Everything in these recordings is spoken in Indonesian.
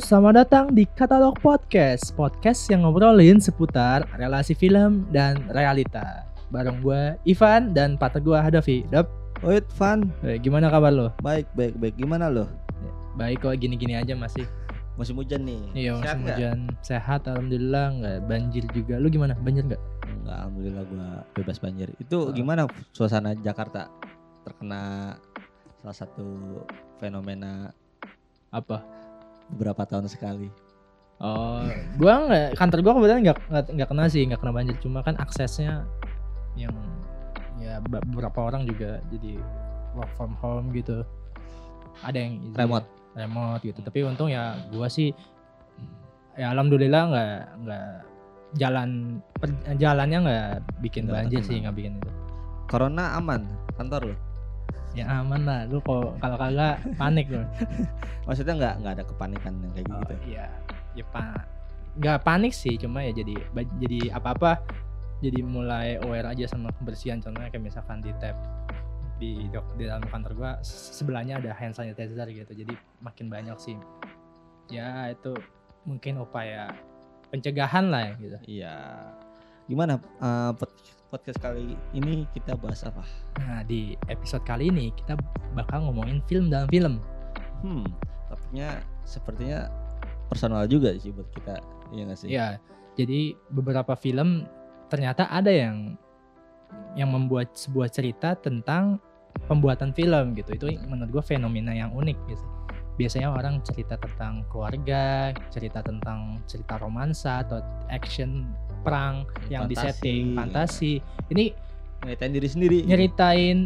selamat datang di Katalog Podcast. Podcast yang ngobrolin seputar relasi film dan realita. Bareng gue Ivan dan partner gue Hadafi. Dap. Wait, Van. Gimana kabar lo? Baik. Gimana lo? Baik kok, gini-gini aja masih. Musim hujan nih. Iya, Sehat musim nggak? hujan. Sehat, alhamdulillah. Nggak banjir juga. Lu gimana? Banjir nggak? Enggak, alhamdulillah gua bebas banjir. Itu gimana suasana Jakarta terkena salah satu fenomena Apa? beberapa tahun sekali? Oh, gua nggak. Kantor gua kebetulan nggak kena sih, nggak kena banjir. Cuma kan aksesnya yang ya beberapa orang juga jadi work from home gitu. Ada yang izin remote gitu. Tapi untung ya gua sih ya alhamdulillah nggak jalannya nggak bikin Nggak banjir terkena. sih, nggak bikin itu. Corona aman kantor lo? Ya aman lah. Lu kalau kagak panik lu. Maksudnya nggak ada kepanikan yang kayak gitu? Iya. Ya nggak panik sih, cuma ya jadi apa-apa jadi mulai aware aja sama kebersihan. Contohnya kayak misalkan di tab di dalam kantor gua sebelahnya ada hand sanitizer gitu, jadi makin banyak sih ya. Itu mungkin upaya pencegahan lah ya gitu. Iya. Gimana podcast kali ini kita bahas apa? Nah, di episode kali ini kita bakal ngomongin film dalam film. Topiknya sepertinya personal juga sih buat kita, iya nggak sih? Iya, jadi beberapa film ternyata ada yang membuat sebuah cerita tentang pembuatan film gitu. Itu menurut gue fenomena yang unik gitu. Biasanya orang cerita tentang keluarga, cerita tentang cerita romansa atau action perang yang Fantasi. disetting fantasi. Ini Nyeritain diri sendiri. nyeritain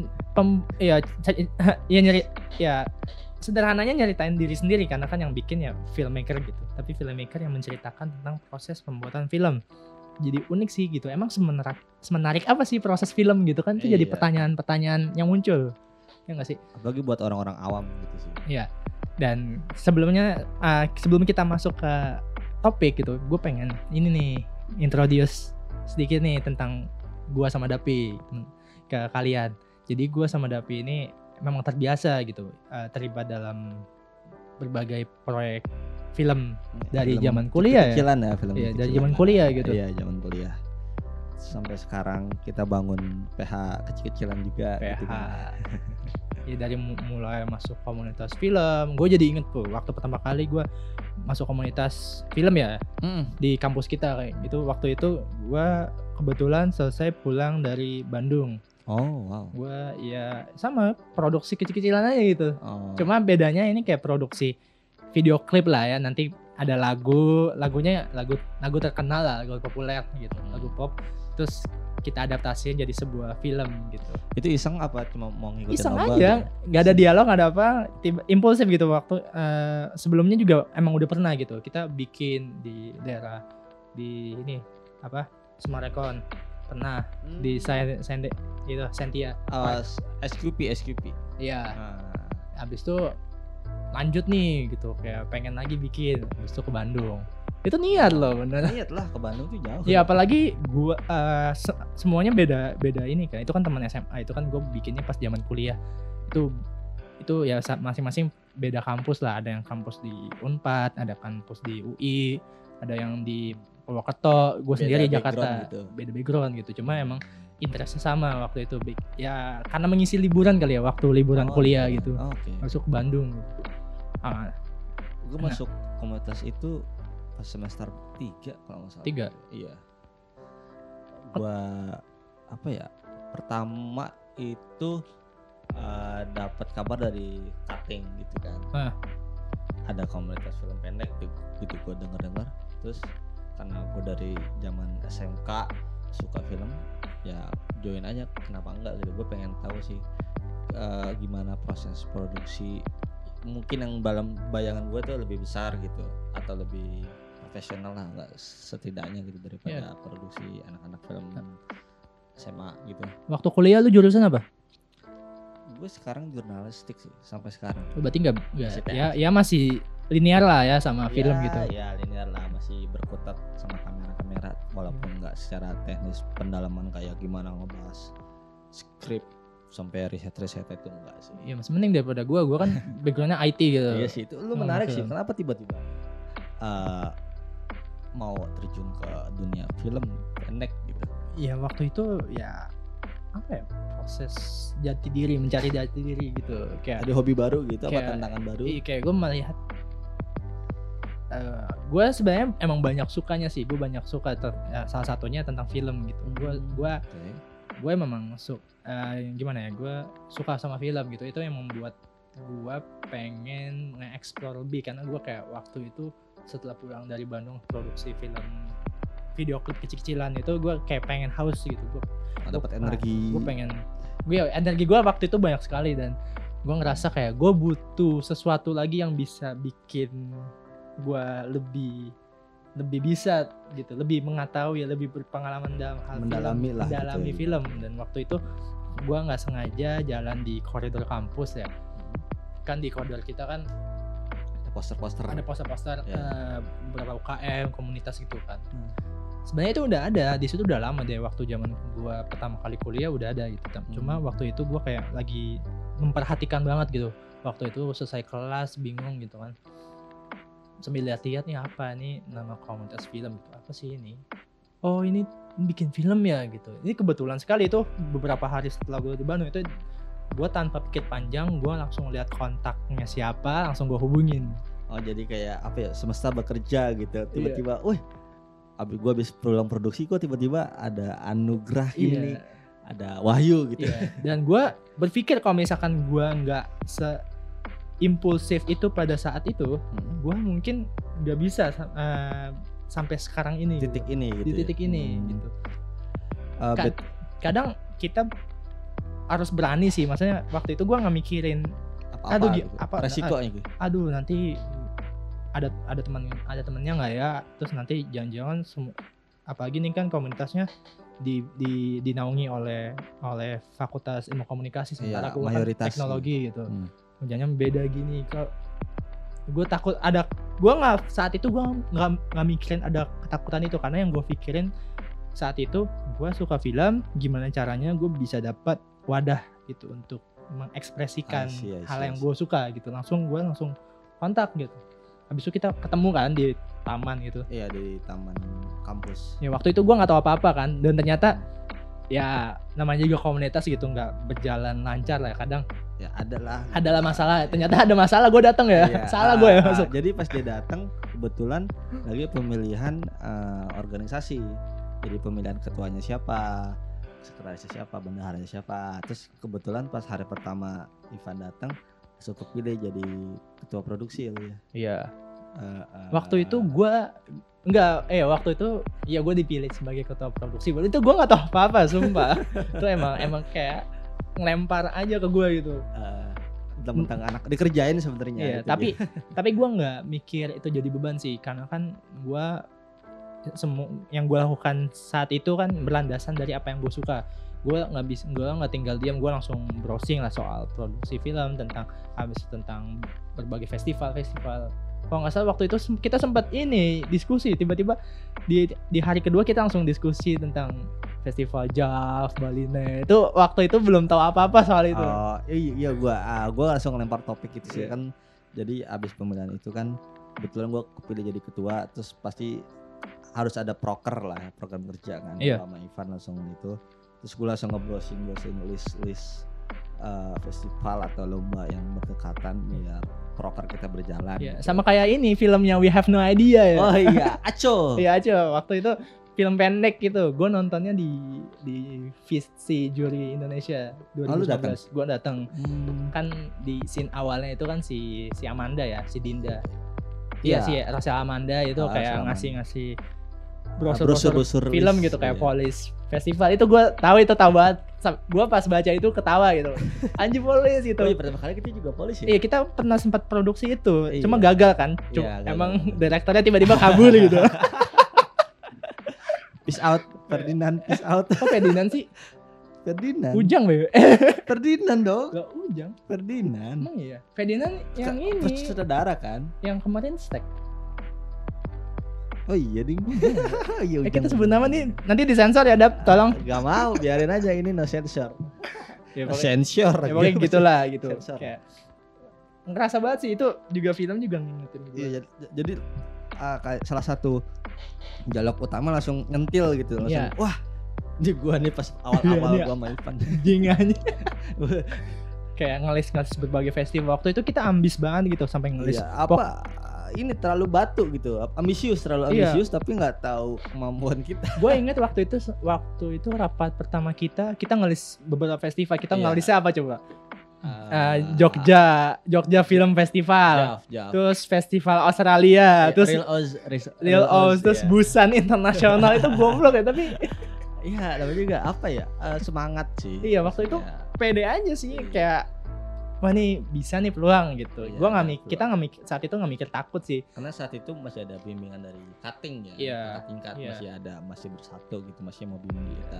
sederhananya nyeritain diri sendiri, karena kan yang bikin ya filmmaker gitu. Tapi filmmaker yang menceritakan tentang proses pembuatan film. Jadi unik sih gitu. Emang semenarik apa sih proses film gitu kan? Itu jadi Iya. pertanyaan-pertanyaan yang muncul. Ya nggak sih? Apalagi buat orang-orang awam gitu sih. Iya. Dan sebelum kita masuk ke topik gitu, gue pengen ini nih introduce sedikit nih tentang gue sama Dapi ke kalian. Jadi gue sama Dapi ini memang terbiasa gitu terlibat dalam berbagai proyek film dari Film zaman kuliah ya. kecil-kecilan ya, film Iya, dari kecil-kecilan zaman lah. kuliah gitu. Iya, zaman kuliah. Sampai sekarang kita bangun PH kecil-kecilan juga gitu PH. kan. Ya dari mulai masuk komunitas film, gue jadi inget tuh waktu pertama kali gue masuk komunitas film ya di kampus kita kayak gitu. Waktu itu gue kebetulan selesai pulang dari Bandung. Oh, wow. Gue ya sama produksi kecil-kecilan aja gitu. Oh. Cuma bedanya ini kayak produksi video klip lah ya. Nanti ada lagunya lagu terkenal lah, lagu populer gitu, lagu pop. Terus kita adaptasiin jadi sebuah film gitu. Itu iseng apa cuma mau ngikutin Iseng lomba aja, gitu? nggak ada dialog, nggak ada apa, impulsif gitu. Waktu sebelumnya juga emang udah pernah gitu. Kita bikin di daerah di ini apa Semarekon, pernah di Sentia. SQP. Iya. Nah, Habis itu lanjut nih gitu, kayak pengen lagi bikin. Habis itu ke Bandung. Itu niat loh bener. niat lah ke Bandung tuh jauh. Ya apalagi gua semuanya beda ini kan. Itu kan teman SMA, itu kan gue bikinnya pas zaman kuliah. Itu ya masing-masing beda kampus lah. Ada yang kampus di Unpad, ada kampus di UI, ada yang di Purwokerto, gue sendiri Jakarta. Gitu. Beda background gitu. Cuma emang interestnya sama waktu itu. Ya karena mengisi liburan kali ya, waktu liburan kuliah iya. gitu. Oke. Masuk ke Bandung. Gue masuk komunitas itu pas semester 3 kalau nggak salah. 3. Iya. Gua apa ya? Pertama itu dapat kabar dari cutting gitu kan. Ada komunitas film pendek gitu gue denger. Terus karena gue dari zaman SMK suka film, ya join aja, kenapa enggak gitu. Gue pengen tahu sih gimana proses produksi. Mungkin yang dalam bayangan gue tuh lebih besar gitu, atau lebih profesional lah, nggak setidaknya gitu daripada produksi anak-anak film SMA gitu. Waktu kuliah lu jurusan apa? Gue sekarang jurnalistik sih sampai sekarang. Berarti enggak Masih ya masih linear lah ya sama film gitu. Ya linear lah, masih berkutat sama kamera walaupun nggak secara teknis pendalaman kayak gimana ngebahas skrip sampai riset itu enggak sih. Iya masih mending daripada gua kan backgroundnya IT gitu. Iya sih, itu lu menarik sih. Kenapa tiba-tiba mau terjun ke dunia film pendek gitu? Iya waktu itu ya apa ya, proses jati diri, mencari jati diri gitu. Kayak ada hobi baru gitu, kayak, apa tantangan baru? Iya kayak gue melihat gue sebenarnya emang banyak sukanya sih. Gue banyak suka salah satunya tentang film gitu. Gue memang gimana ya, gue suka sama film gitu. Itu yang membuat gue pengen nge-explore lebih, karena gue kayak waktu itu setelah pulang dari Bandung produksi film video klip kecil-kecilan itu, gue kayak pengen haus gitu. Gue dapat energi. Energi gue waktu itu banyak sekali, dan gue ngerasa kayak gue butuh sesuatu lagi yang bisa bikin gue lebih bisa gitu, lebih mengetahui, lebih berpengalaman dalam hal mendalami gitu, film. Dan waktu itu gue nggak sengaja jalan di koridor kampus ya, kan di koridor kita kan ada poster-poster beberapa UKM komunitas gitu kan. Sebenarnya itu udah ada di situ udah lama deh, waktu zaman gue pertama kali kuliah udah ada gitu. Cuma waktu itu gue kayak lagi memperhatikan banget gitu. Waktu itu selesai kelas bingung gitu kan, sambil lihat-lihat nih apa nih nama komunitas film gitu, apa sih ini, oh ini bikin film ya gitu. Ini kebetulan sekali itu beberapa hari setelah gue di Bandung itu, gue tanpa pikir panjang gue langsung lihat kontaknya siapa, langsung gue hubungin. Oh jadi kayak apa ya, semesta bekerja gitu, tiba-tiba gue habis pulang produksi kok tiba-tiba ada anugerah ini, ada wahyu gitu. Dan gue berpikir kalau misalkan gue nggak impulsif itu pada saat itu, gue mungkin nggak bisa sampai sekarang ini titik gitu. Ini gitu. Di titik ini gitu. Kadang kita harus berani sih, maksudnya waktu itu gue nggak mikirin apa resikonya gitu. Aduh nanti ada temennya nggak ya, terus nanti jangan-jangan apalagi nih kan komunitasnya dinaungi oleh Fakultas Ilmu Komunikasi, sementara gue kan teknologi gitu. Jangan beda gini. Kalau gue takut saat itu gue nggak mikirin ada ketakutan itu, karena yang gue pikirin saat itu gue suka film, gimana caranya gue bisa dapat wadah gitu untuk mengekspresikan hal yang gue suka gitu. Langsung kontak gitu. Habis itu kita ketemu kan di taman gitu. Iya, di taman kampus. Ya waktu itu gue nggak tahu apa-apa kan, dan ternyata ya namanya juga komunitas gitu, nggak berjalan lancar lah ya, kadang ya adalah masalah. Ternyata ada masalah, gue datang ya. Salah gue ya masuk. Jadi pas dia datang kebetulan lagi pemilihan organisasi. Jadi pemilihan ketuanya siapa, sekretarisnya siapa, bendaharanya siapa. Terus kebetulan pas hari pertama Ivan datang, langsung kepilih jadi ketua produksi ya. Iya. Waktu itu gue waktu itu ya gue dipilih sebagai ketua produksi. Itu gue nggak tahu apa-apa, sumpah. Itu emang kayak ngelempar aja ke gue gitu. Tentang anak dikerjain sebenarnya. Iya, tapi gue nggak mikir itu jadi beban sih, karena kan gue yang gue lakukan saat itu kan berlandasan dari apa yang gue suka. Gue nggak tinggal diam, gue langsung browsing lah soal produksi film, tentang berbagai festival. Kalau nggak salah waktu itu kita sempat diskusi, tiba-tiba di hari kedua kita langsung diskusi tentang festival JAV Baline. Itu waktu itu belum tahu apa-apa soal itu. Oh iya, gue langsung ngelempar topik itu sih kan. Jadi abis pemilihan itu kan kebetulan gue kepilih jadi ketua, terus pasti harus ada program kerja kan. Sama Ivan langsung itu. Terus gue langsung nge-browsing list festival atau lomba yang berdekatan biar proker kita berjalan. Gitu. Sama kayak ini filmnya We Have No Idea ya. Oh iya, Aco. Iya Aco. Waktu itu film pendek gitu. Gue nontonnya di Visi Juri Indonesia 2019. Gue datang. Kan di scene awalnya itu kan si Amanda ya, si Dinda. Iya si Rachel Amanda itu kayak ngasih brosur film gitu kayak Polis Festival. Itu gue tahu banget. Gue pas baca itu ketawa gitu. Anjir Polis gitu. Oh iya, pertama kali kita juga Polis ya. Iya, kita pernah sempat produksi itu. Cuma gagal kan. Emang direkturnya tiba-tiba kabur gitu. Peace out Ferdinand, peace out. Kok Ferdinand sih? Ferdinand. Ujang bebe. Ferdinand dong. Gak Ujang. Ferdinand. Emang iya. Ferdinand yang ini. Saudara kan? Yang kemarin Stack. Oh iya ding. Kita sebut nama nih, nanti disensor ya Dap, tolong. Gak mau, biarin aja, ini no sensor. Sensor. Ya pokoknya gitulah gitu. Kayak ngerasa banget sih itu juga film juga ngingetin gue. Iya, jadi kayak salah satu dialog utama langsung nyentil gitu, langsung wah di gua nih pas awal-awal gua main Ivan jingannya kayak ngelis berbagai festival. Waktu itu kita ambis banget gitu sampai ngelis ini terlalu batu gitu, terlalu ambisius tapi nggak tahu kemampuan kita. Gue inget waktu itu rapat pertama kita ngelis beberapa festival. Kita ngelisnya apa coba? Jogja Film Festival, terus Festival Australia, terus Real Oz, terus Busan Internasional. Itu goblok ya, tapi iya, tapi juga apa ya, semangat sih. Iya, waktu itu pede aja sih, kayak wah nih bisa nih peluang gitu. Gua kita nggak mikir saat itu, nggak mikir takut sih. Karena saat itu masih ada bimbingan dari cutting ya, tingkat masih bersatu gitu, masih mau bimbing kita.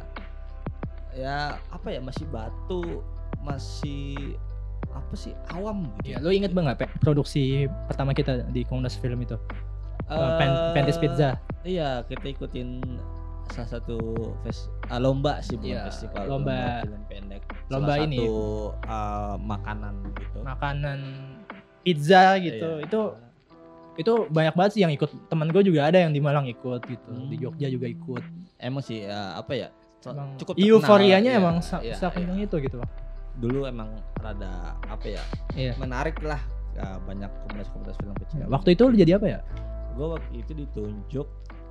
Ya apa ya, masih batu, masih apa sih, awam gitu. Iya, lo inget banget produksi pertama kita di Komunitas Film itu? Pentis Pizza. Iya, kita ikutin salah satu lomba sih, bukan festival, lomba film pendek. Lomba salah ini makanan gitu. Makanan pizza gitu. Itu banyak banget sih yang ikut. Teman gue juga ada yang di Malang ikut gitu. Di Jogja juga ikut. Emang sih apa ya? Cukup euforianya emang sekencang itu gitu. Dulu emang rada apa ya? Menarik lah. Banyak komunitas film kecil. Waktu itu lu jadi apa ya? Gue waktu itu ditunjuk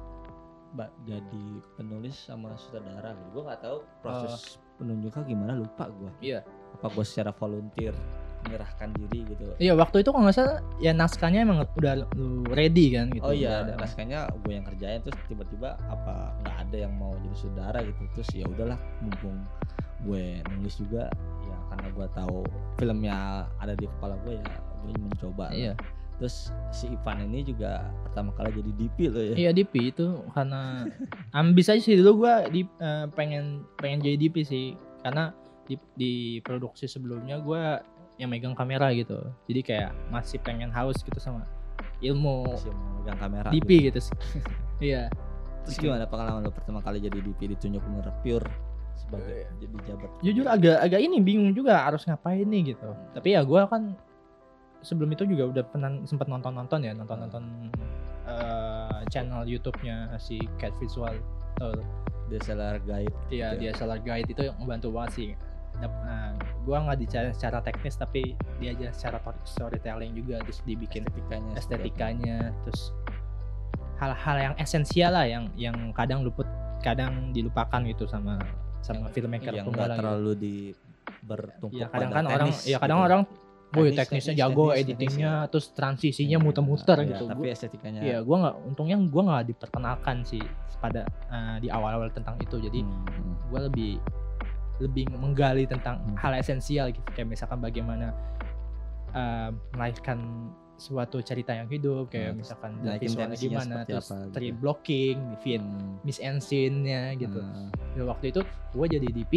jadi penulis sama sutradara. Gue nggak tahu proses penunjuknya gimana, lupa gue. Iya. Apa gue secara volunteer menyerahkan diri gitu. Iya, waktu itu kalau nggak salah ya naskahnya emang udah lu ready kan gitu. Oh iya, naskahnya gue yang kerjain, terus tiba-tiba apa nggak ada yang mau jadi sutradara gitu. Terus ya udahlah, mumpung gue nulis juga ya, karena gue tahu filmnya ada di kepala gue, ya gue mencoba. Iya. Terus si Ivan ini juga pertama kali jadi DP loh ya. Iya, DP itu karena ambis aja sih. Dulu gue pengen jadi DP sih, karena di produksi sebelumnya gue yang megang kamera gitu. Jadi kayak masih pengen haus gitu sama ilmu masih megang kamera DP gitu sih. Iya. Terus gimana pengalaman lo pertama kali jadi DP, ditunjuk bener pure sebagai jadi jabat? Jujur agak ini bingung juga harus ngapain nih gitu. Tapi ya gue kan sebelum itu juga udah pernah sempat nonton channel YouTube-nya si Cat Visual, DSLR Guide. Iya, gitu. DSLR Guide itu ngebantu banget sih. Gue nggak dicara secara teknis, tapi dia aja secara storytelling juga, terus dibikin estetikanya, terus hal-hal yang esensial lah yang kadang dilupakan gitu sama filmmaker yang pemula. Yang terlalu bertumpuk ya, kadang orang boy teknisnya jago, editingnya, terus transisinya muter-muter gitu. Tapi estetikanya. Iya, untungnya gue nggak diperkenalkan sih pada di awal-awal tentang itu. Jadi gue lebih menggali tentang hal esensial gitu, kayak misalkan bagaimana melahirkan suatu cerita yang hidup, kayak misalkan visualnya gimana, terus tree blocking, mise en scene-nya gitu. Waktu itu gue jadi DP.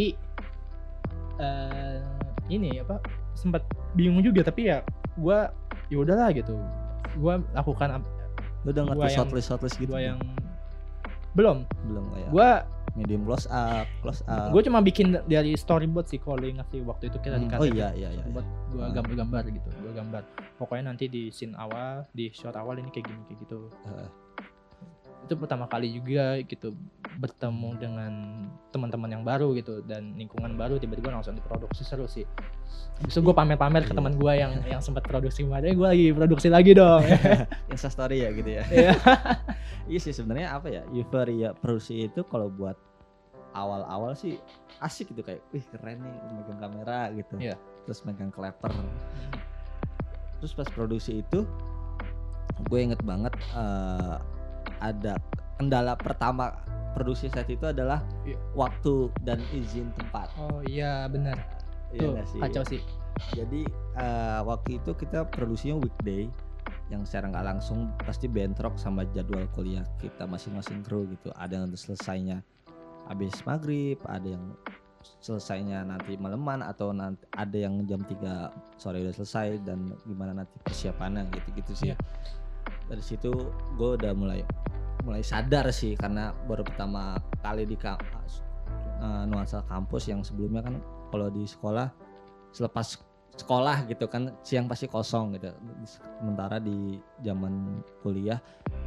Ini apa, sempat bingung juga, tapi ya gue udahlah gitu. Gue lakukan. Lu udah ngerti shortlist gitu? Gue yang belum kayak. Gue medium close up. Gue cuma bikin dari storyboard sih, kalau ingat sih waktu itu kita dikasih. Oh iya. Gue gambar gitu. Gue gambar. Pokoknya nanti di scene awal, di shot awal ini kayak gini kayak gitu. Itu pertama kali juga gitu bertemu dengan teman-teman yang baru gitu dan lingkungan baru, tiba-tiba langsung diproduksi, seru sih. Habis itu gue pamer-pamer ke teman gue yang sempat produksi kemarin, gue lagi produksi lagi dong. Insta story ya gitu ya. Iya sih, sebenarnya apa ya, euforia produksi itu kalau buat awal-awal sih asik gitu, kayak wih keren nih megang kamera gitu. Terus megang clapper. Terus pas produksi itu gue inget banget ada kendala pertama produksi saat itu adalah waktu dan izin tempat. Oh iya benar. Tuh kacau sih. Jadi waktu itu kita produksinya weekday, yang secara nggak langsung pasti bentrok sama jadwal kuliah kita masing-masing kru gitu. Ada yang selesainya habis maghrib, ada yang selesainya nanti maleman, atau nanti ada yang jam 3 sore udah selesai, dan gimana nanti persiapannya gitu-gitu sih. Dari situ gue udah mulai sadar sih, karena baru pertama kali di nuansa kampus. Yang sebelumnya kan kalau di sekolah, selepas sekolah gitu kan siang pasti kosong gitu. Sementara di zaman kuliah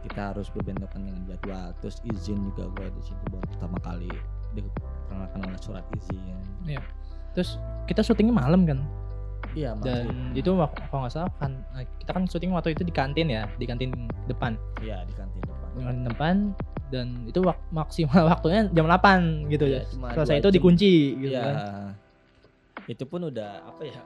kita harus berbenturan dengan jadwal. Terus izin juga gue di situ baru pertama kali diperkenalkan oleh surat izin. Iya. Terus kita syutingnya malam kan? Iya. Dan itu kalau nggak salah kan kita kan syuting waktu itu di kantin ya, di kantin depan. Iya, di kantin depan. Di kantin depan dan itu maksimal waktunya jam 8 gitu ya. Selesai itu dikunci gitu kan. Itu pun udah apa ya?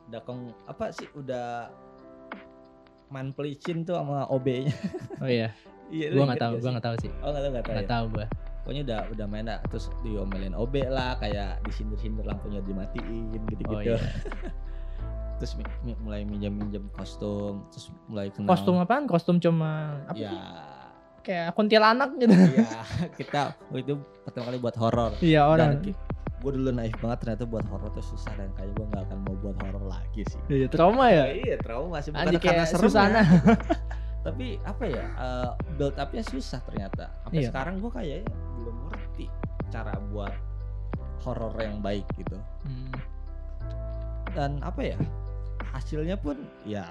Udah main pelicin tuh sama OB-nya. Oh iya. Iya, gua enggak tahu sih. Oh, enggak tahu gua. Pokoknya udah main dah, terus diomelin OB lah, kayak disindir-sindir lampunya dimatiin gitu-gitu. Oh, iya. Terus mulai minjem kostum, terus mulai kenal. Kostum apaan? Kostum cuma apa? Ya. Kayak kuntilanak gitu. Iya, kita waktu itu pertama kali buat horor. Iya, orang. Gue dulu naif banget, ternyata buat horor tuh susah dan kayak gue nggak akan mau buat horor lagi sih. Iya, trauma ya. Iya, trauma sih, bukan karena seru ya. Tapi apa ya, build up-nya susah ternyata. Sampai sekarang gue kayaknya belum ngerti cara buat horor yang baik gitu. Dan apa ya, hasilnya pun ya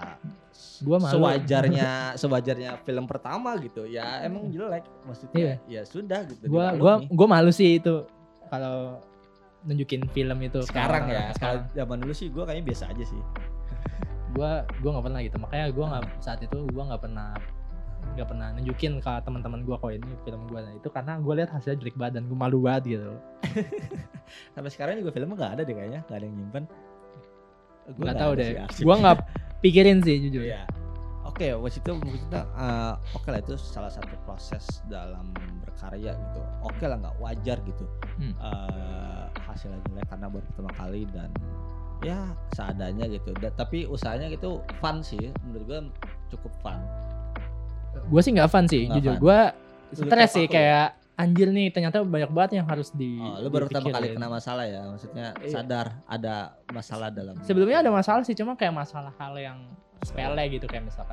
sewajarnya film pertama gitu. Ya emang jelek, maksudnya ya sudah gitu. Gua malu sih itu kalau nunjukin film itu sekarang ya. Kalau zaman dulu sih gue kayaknya biasa aja sih. Gua nggak pernah gitu, makanya saat itu gue nggak pernah nunjukin ke teman-teman gue kalau ini film gue. Nah, itu karena gue lihat hasilnya jelek banget dan gue malu banget gitu. Sampai sekarang juga filmnya nggak ada deh kayaknya, nggak ada yang nyimpen. Nggak tahu deh, gue nggak pikirin sih jujur. Iya. Oke, waktu itu kita oke lah, itu salah satu proses dalam berkarya gitu. Oke lah, nggak wajar gitu hasilnya jelek karena baru pertama kali dan ya seadanya gitu. Tapi usahanya gitu fun sih, menurut gue cukup fun. Gue sih nggak fun sih, jujur. Gue stres sih, kayak anjir nih ternyata banyak banget yang harus lu baru pertama kali kena masalah ya, maksudnya sadar ada masalah dalam. Sebelumnya ada masalah sih, cuma kayak masalah hal yang sepele gitu, kayak misalkan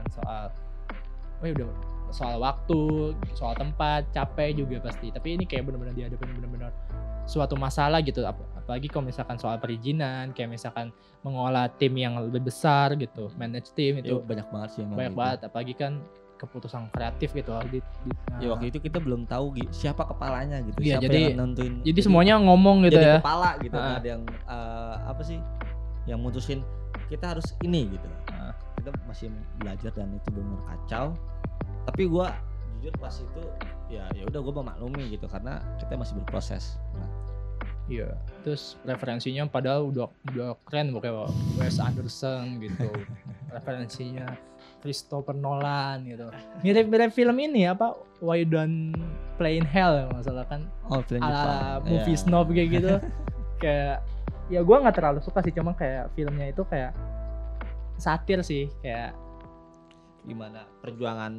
soal waktu, soal tempat, capek juga pasti. Tapi ini kayak benar-benar dihadapin benar-benar suatu masalah gitu, apalagi kalau misalkan soal perizinan, kayak misalkan mengolah tim yang lebih besar gitu, manage tim itu banyak banget sih. Banyak banget, apalagi kan keputusan kreatif gitu. Ya waktu itu kita belum tahu siapa kepalanya gitu, ya, siapa yang nentuin. Jadi semuanya ngomong gitu jadi ya. Jadi kepala gitu, nggak ada yang apa sih yang mutusin kita harus ini gitu. Kita masih belajar dan itu benar kacau. Tapi gue jujur pas itu ya udah gue memaklumi gitu karena kita masih berproses. Iya, terus referensinya padahal udah keren, kayak Wes Anderson gitu. Referensinya Christopher Nolan gitu. Mirip film ini apa, Why Don't Play in Hell masalah kan. Ala movie snob kayak gitu. Kayak ya gue nggak terlalu suka sih, cuma kayak filmnya itu kayak satir sih, kayak gimana perjuangan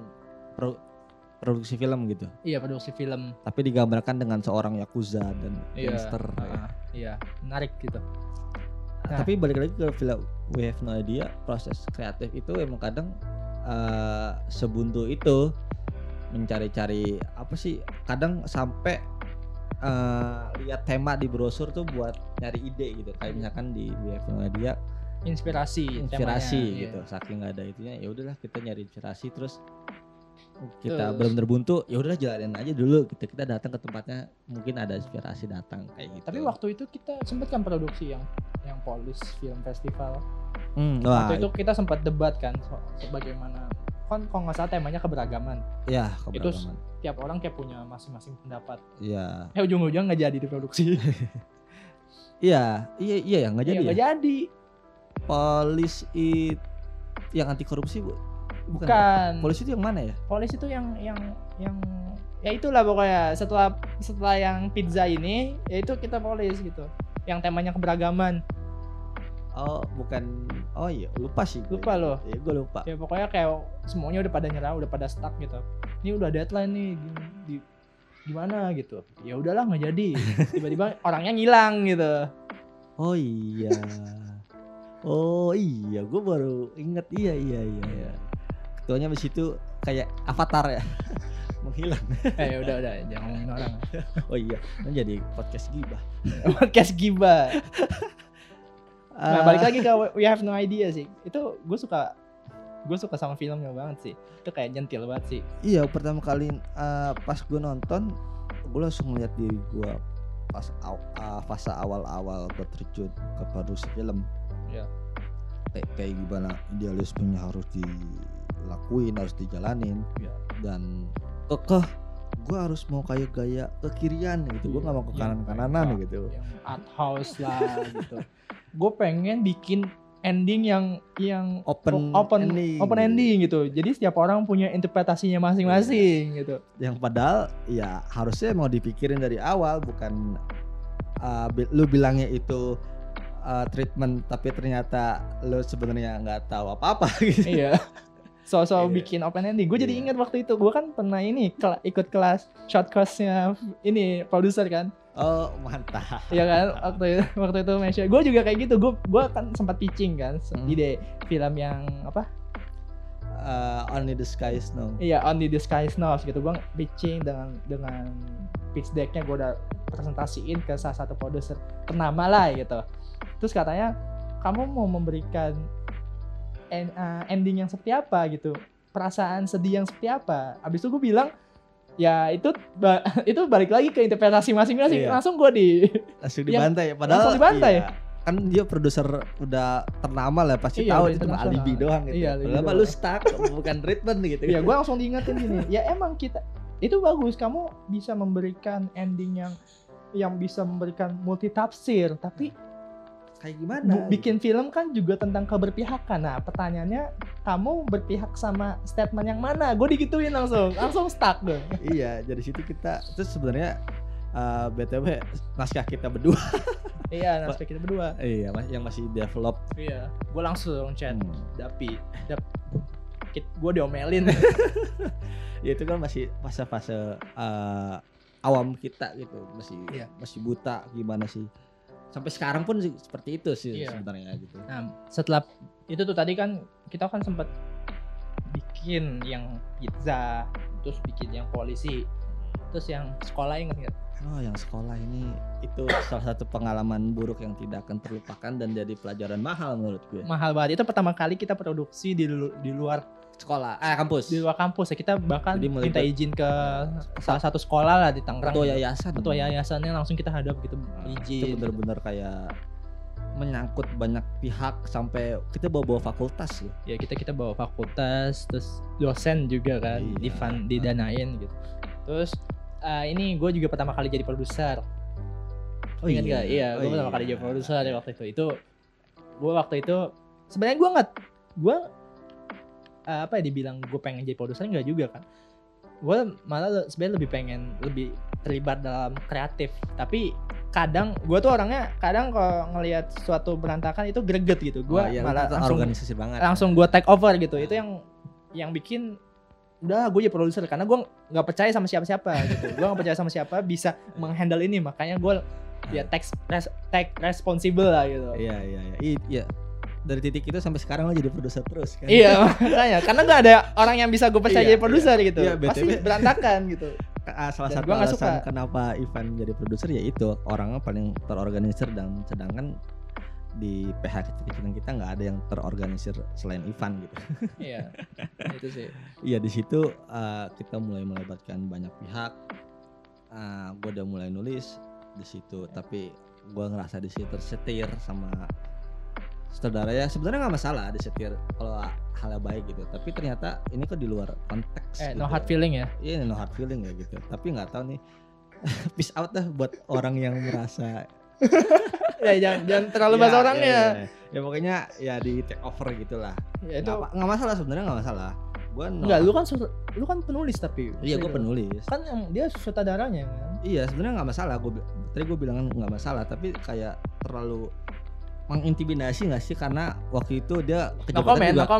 produksi film gitu. Iya, produksi film. Tapi digambarkan dengan seorang yakuza dan gangster. Iya, menarik gitu. Tapi balik lagi ke film We Have No Idea, proses kreatif itu emang kadang sebuntu itu mencari-cari apa sih, kadang sampai lihat tema di brosur tuh buat nyari ide gitu. Kayak misalkan di We Have No Idea inspirasi gitu. Saking nggak ada itunya, ya udahlah kita nyari inspirasi, terus kita benar-benar buntu, ya udahlah jalanin aja dulu. Kita datang ke tempatnya, mungkin ada inspirasi datang kayak gitu. Tapi waktu itu kita sempat kan produksi yang Polish Film Festival. Waktu itu kita sempat debat kan bagaimana, kan kalau nggak salah temanya keberagaman. Iya, keberagaman. Itu tiap orang kayak punya masing-masing pendapat. Iya. Ujung-ujung nggak jadi diproduksi. Iya, nggak jadi. Nggak jadi. Polish itu yang anti korupsi bukan. Polish itu yang mana ya? Polish itu yang ya itulah pokoknya setelah yang pizza ini, ya itu kita Polish gitu. Yang temanya keberagaman. Oh, bukan. Oh iya, lupa sih. Lupa loh. Iya, gue lupa. Ya pokoknya kayak semuanya udah pada nyerah, udah pada stuck gitu. Ini udah deadline nih, gimana gitu. Ya udahlah, nggak jadi. Tiba-tiba orangnya ngilang gitu. Oh iya. Gue baru inget. Iya. Ketuanya di situ kayak avatar ya. Menghilang. Udah jangan ngomongin orang. Oh iya, jadi podcast gibah. Podcast gibah. Nah, balik lagi ke We Have No Idea sih. Itu gue suka gue suka sama filmnya banget sih. Itu kayak nyentil banget sih. Iya, pertama kali pas gue nonton, gue langsung ngeliat diri gue pas fase awal-awal gue terjun ke produksi film. Iya. Kayak gimana idealismenya harus dilakuin, harus dijalanin. Iya. Dan kekeh gue harus mau kayak gaya ke kirian gitu, gue nggak mau ke kanan-kananan gitu. Yang art house lah gitu. Gue pengen bikin ending yang open ending gitu. Jadi setiap orang punya interpretasinya masing-masing gitu. Yang padahal ya harusnya mau dipikirin dari awal, bukan lu bilangnya itu treatment tapi ternyata lu sebenarnya nggak tahu apa-apa gitu. Iya. Bikin open ending. Gue jadi ingat waktu itu gue kan pernah ikut kelas short course-nya ini produser kan. Oh mantap. Iya kan waktu itu Mesya. Gue juga kayak gitu. Gue kan sempat pitching kan ide film yang apa? Only the Sky is Snow. Iya, Only the Sky is Snow gitu. Gue pitching dengan pitch deck-nya gue udah presentasiin ke salah satu produser ternama lah gitu. Terus katanya kamu mau memberikan ending yang seperti apa gitu, perasaan sedih yang seperti apa. Abis itu gue bilang ya itu balik lagi ke interpretasi masing-masing. Iya. Langsung dibantai. Padahal langsung dibantai. Iya, kan dia produser udah ternama lah, pasti tahu itu cuma alibi doang gitu. Padahal lu stuck bukan treatment gitu. Iya, gue langsung diingetin gini. Ya emang kita itu bagus, kamu bisa memberikan ending yang bisa memberikan multi tafsir, tapi kayak gimana? Bikin film kan juga tentang keberpihakan. Nah, pertanyaannya kamu berpihak sama statement yang mana? Gue digituin langsung stuck deh. Iya, dari situ kita terus sebenarnya BTW naskah kita berdua. Iya, naskah kita berdua. Iya, yang masih develop. Iya, gue langsung chat Dapi. Gue diomelin. Ya itu kan masih fase-fase awam kita gitu, masih buta gimana sih. Sampai sekarang pun seperti itu sih sebenarnya gitu. Nah, setelah itu tuh tadi kan kita kan sempat bikin yang pizza, terus bikin yang polisi, terus yang sekolah, ingat nggak? Oh, yang sekolah ini itu salah satu pengalaman buruk yang tidak akan terlupakan dan jadi pelajaran mahal menurut gue. Mahal banget. Itu pertama kali kita produksi di luar sekolah, kampus. Di luar kampus ya, kita bahkan minta izin ke salah satu sekolah lah di Tangerang. Ketua yayasannya langsung kita hadap gitu, izin. Itu benar-benar kayak menyangkut banyak pihak sampai kita bawa fakultas loh. Ya kita bawa fakultas, terus dosen juga kan, didanain gitu. Terus ini gue juga pertama kali jadi produser. Ingat nggak? Iya, gue pertama kali jadi produser waktu itu. Gue waktu itu sebenarnya gue dibilang gue pengen jadi produser enggak juga kan. Gue malah sebenarnya lebih terlibat dalam kreatif. Tapi kadang gue tuh orangnya kalau ngelihat suatu berantakan itu greget gitu. Gue malah organisasi banget. Langsung gue take over gitu. Itu yang bikin udah gue jadi produser karena gue nggak percaya sama siapa-siapa gitu. Gue nggak percaya sama siapa bisa menghandle ini, makanya gue take responsible lah gitu. Iya. Dari titik itu sampai sekarang lo jadi produser terus kan? Iya, makanya karena nggak ada orang yang bisa gue percaya jadi produser gitu. Iya, pasti berantakan gitu. Salah satu alasan kenapa Ivan jadi produser ya itu, orangnya paling terorganisir, dan sedangkan di PH kecil-kecilan kita nggak ada yang terorganisir selain Ivan gitu. Iya, itu sih. Iya, di situ kita mulai melibatkan banyak pihak. Gue udah mulai nulis di situ, tapi gue ngerasa di situ tersetir sama saudara. Ya sebenarnya nggak masalah disetir kalau halnya baik gitu, tapi ternyata ini kok di luar konteks gitu. No hard feeling ya? Iya, no hard feeling ya gitu. Tapi nggak tahu nih, peace out dah buat orang yang merasa ya jangan terlalu bahas orangnya. Ya pokoknya ya di take over gitulah. Ya itu nggak masalah, sebenarnya nggak masalah. Enggak, lu kan penulis tapi. Iya, gue penulis. Kan yang dia sutradaranya kan. Iya, sebenarnya nggak masalah. Tadi gue bilang nggak masalah, tapi kayak terlalu mengintimidasi nggak sih, karena waktu itu dia no comment gue.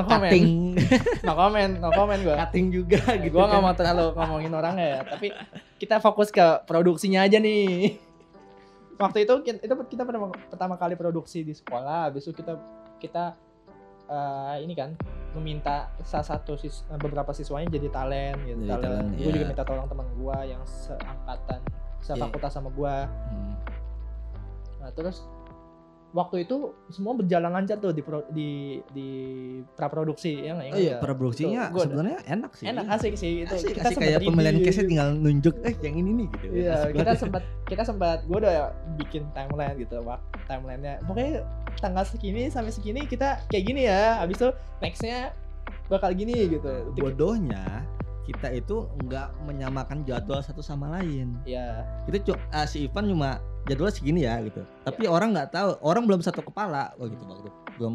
Cutting juga gitu. Gue nggak mau terlalu ngomongin orangnya ya, tapi kita fokus ke produksinya aja nih. Waktu itu kita pertama kali produksi di sekolah, habis itu kita ini kan meminta beberapa siswanya jadi talent gitu. Gue juga minta tolong teman gue yang seangkatan, sefakultas sama gue. Nah terus waktu itu semua berjalan lancar tuh di praproduksi ya nggak? Iya, praproduksinya sebenarnya enak sih. Enak, asik sih itu. Asik, kita kayak pemilihan case tinggal nunjuk yang ini nih gitu. Iya, kita sempat gue udah bikin timeline gitu, timelinenya. Pokoknya tanggal segini sampai segini kita kayak gini ya. Habis itu nextnya bakal gini gitu. Bodohnya kita itu nggak menyamakan jadwal satu sama lain. Iya. Kita si Ivan cuma jadwalnya segini ya gitu. Tapi orang nggak tahu, orang belum satu kepala. Oh gitu waktu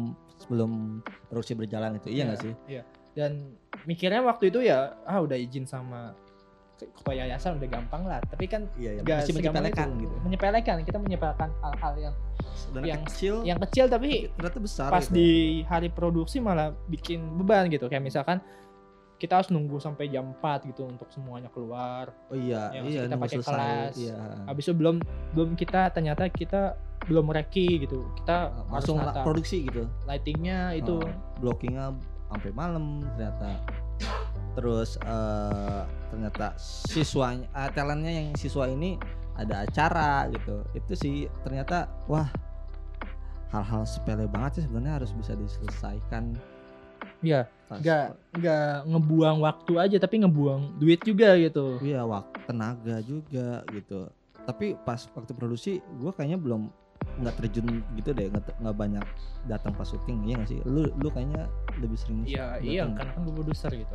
belum produksi berjalan itu. Iya nggak sih? Iya. Dan mikirnya waktu itu ya udah izin sama ketua yayasan udah gampang lah. Tapi kan masih menyepelekan gitu. Kita menyepelekan hal-hal yang kecil tapi ternyata besar. Pas gitu. di hari produksi malah bikin beban gitu. Kayak misalkan kita harus nunggu sampai jam 4 gitu untuk semuanya keluar. Oh iya, kita pakai kelas. Iya. Habis itu belum kita ternyata kita belum reki gitu. Kita langsung produksi gitu. Lightingnya itu blockingnya sampai malam ternyata. Terus ternyata siswanya talentnya yang siswa ini ada acara gitu. Itu sih ternyata wah hal-hal sepele banget sih sebenarnya harus bisa diselesaikan. Iya, nggak ngebuang waktu aja tapi ngebuang duit juga gitu. Iya, waktu, tenaga juga gitu. Tapi pas waktu produksi gue kayaknya belum nggak terjun gitu deh, nggak banyak datang pas syuting, iya nggak sih? Lu kayaknya lebih sering. Iya, karena kan gue produser gitu.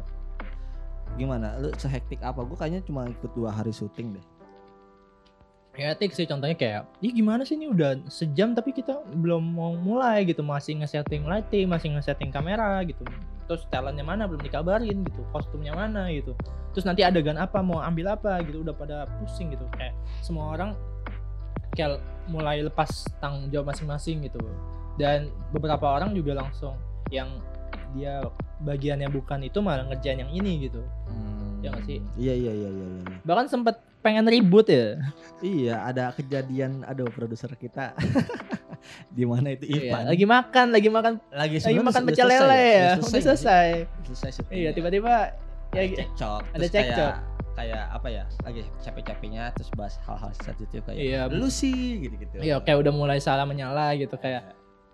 Gimana? Lu sehektik apa? Gue kayaknya cuma ikut 2 hari syuting deh. Hektik sih contohnya kayak, gimana sih ini udah sejam tapi kita belum mau mulai gitu, masih nge-setting lighting, masih nge-setting kamera gitu. Terus talentnya mana belum dikabarin gitu, kostumnya mana gitu. Terus nanti adegan apa, mau ambil apa gitu, udah pada pusing gitu. Kayak semua orang kayak mulai lepas tanggung jawab masing-masing gitu. Dan beberapa orang juga langsung yang dia bagiannya bukan itu malah ngerjain yang ini gitu. Ya nggak sih? Iya. Bahkan sempet pengen ribut ya. Iya, ada kejadian, produser kita di mana itu Ivan. Iya, lagi makan pecel lele ya. Udah selesai. Iya, tiba-tiba cekcok. Ada cekcok. Kayak apa ya? Lagi capek-capeknya terus bahas hal-hal sensitif kayak lu sih gitu-gitu. Iya, kayak udah mulai salah menyala gitu kayak.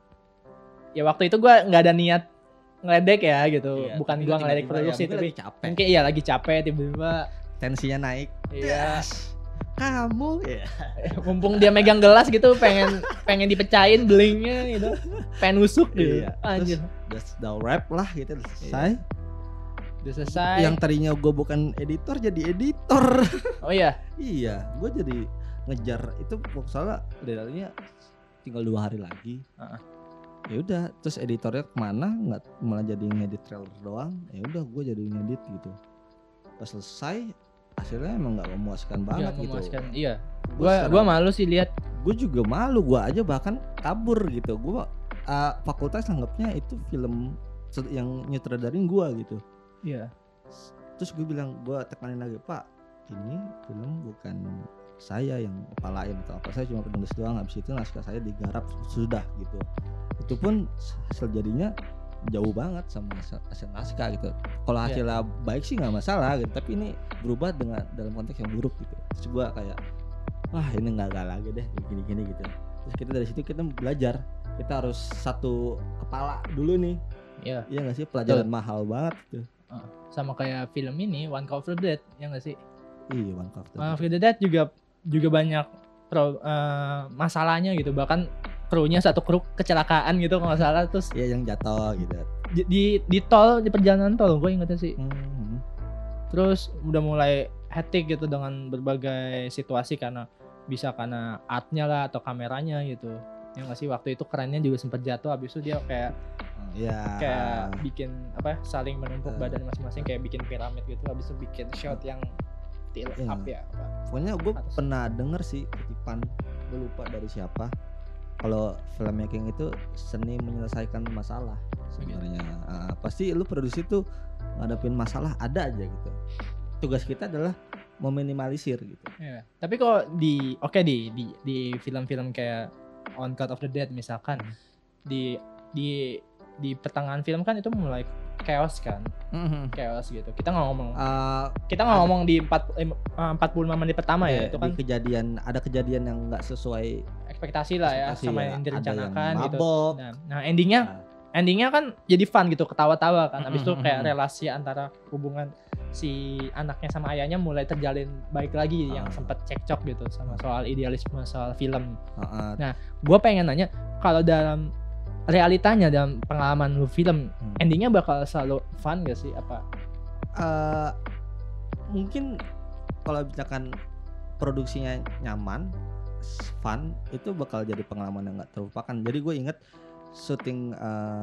Ya waktu itu gua nggak ada niat ngeledek ya gitu. Bukan gua ngeledek produksi tapi mungkin lagi capek tiba-tiba tensinya naik. Iya. Kamu mumpung dia megang gelas gitu pengen dipecahin belingnya gitu. Pengen nusuk gitu. Iya. Anjir. Udah wrap lah gitu udah selesai. Udah selesai. Yang tadinya gue bukan editor jadi editor. Oh iya. Iya, gue jadi ngejar itu soalnya deadline-nya tinggal 2 hari lagi. Ya udah, terus editornya kemana? Nggak, malah jadi ngedit trailer doang. Ya udah, gue jadi ngedit gitu. Pas selesai hasilnya emang nggak memuaskan banget gitu. Iya. Gua malu sih lihat. Gue juga malu, gue aja bahkan kabur gitu. Gue fakultas anggapnya itu film yang nyutradarin gue gitu. Iya. Terus gue bilang, gue tekanin lagi, Pak, ini film bukan saya yang kepalain atau apa, saya cuma penulis doang. Habis itu naskah saya digarap sudah gitu. Itu pun hasil jadinya jauh banget sama hasil naskah gitu. Kalau hasilnya baik sih nggak masalah gitu, tapi ini berubah dalam konteks yang buruk gitu. Terus gue kayak, wah ini nggak lagi deh gini gitu. Terus kita dari situ kita belajar, kita harus satu kepala dulu nih. Iya nggak sih, pelajaran mahal banget gitu. Sama kayak film ini One Cut of the Dead, ya nggak sih? Iya, One Cut of the Dead juga banyak masalahnya gitu. Bahkan krunya satu kru kecelakaan gitu kalau nggak salah, terus yang jatuh gitu di tol, di perjalanan tol gue ingetnya sih. Terus udah mulai hectic gitu dengan berbagai situasi karena artnya lah atau kameranya gitu. Ya nggak sih, waktu itu kerennya juga sempat jatuh, habis itu dia kayak bikin saling menumpuk badan masing-masing, kayak bikin piramid gitu, habis itu bikin shot yang tilt up ya. Pokoknya gue pernah denger sih kutipan, gue lupa dari siapa, kalau filmmaking itu seni menyelesaikan masalah sebenarnya. Pasti lu produksi tuh ngadepin masalah ada aja gitu. Tugas kita adalah meminimalisir gitu. Ya, tapi kalau di film-film kayak On Cut of the Dead misalkan, di pertengahan film kan itu mulai chaos kan. Chaos gitu. Kita nggak ngomong di 45 menit pertama ya, itu kan ada kejadian yang nggak sesuai ekspektasi lah ya sama yang direncanakan yang gitu. Nah endingnya kan jadi fun gitu, ketawa-tawa kan. Habis itu kayak relasi antara hubungan si anaknya sama ayahnya mulai terjalin baik lagi yang sempat cekcok gitu sama soal idealisme soal film. Nah, gue pengen nanya kalau dalam realitanya dalam pengalaman lu film, endingnya bakal selalu fun gak sih apa? Mungkin kalau misalkan produksinya nyaman, fun, itu bakal jadi pengalaman yang gak terlupakan. Jadi gue inget syuting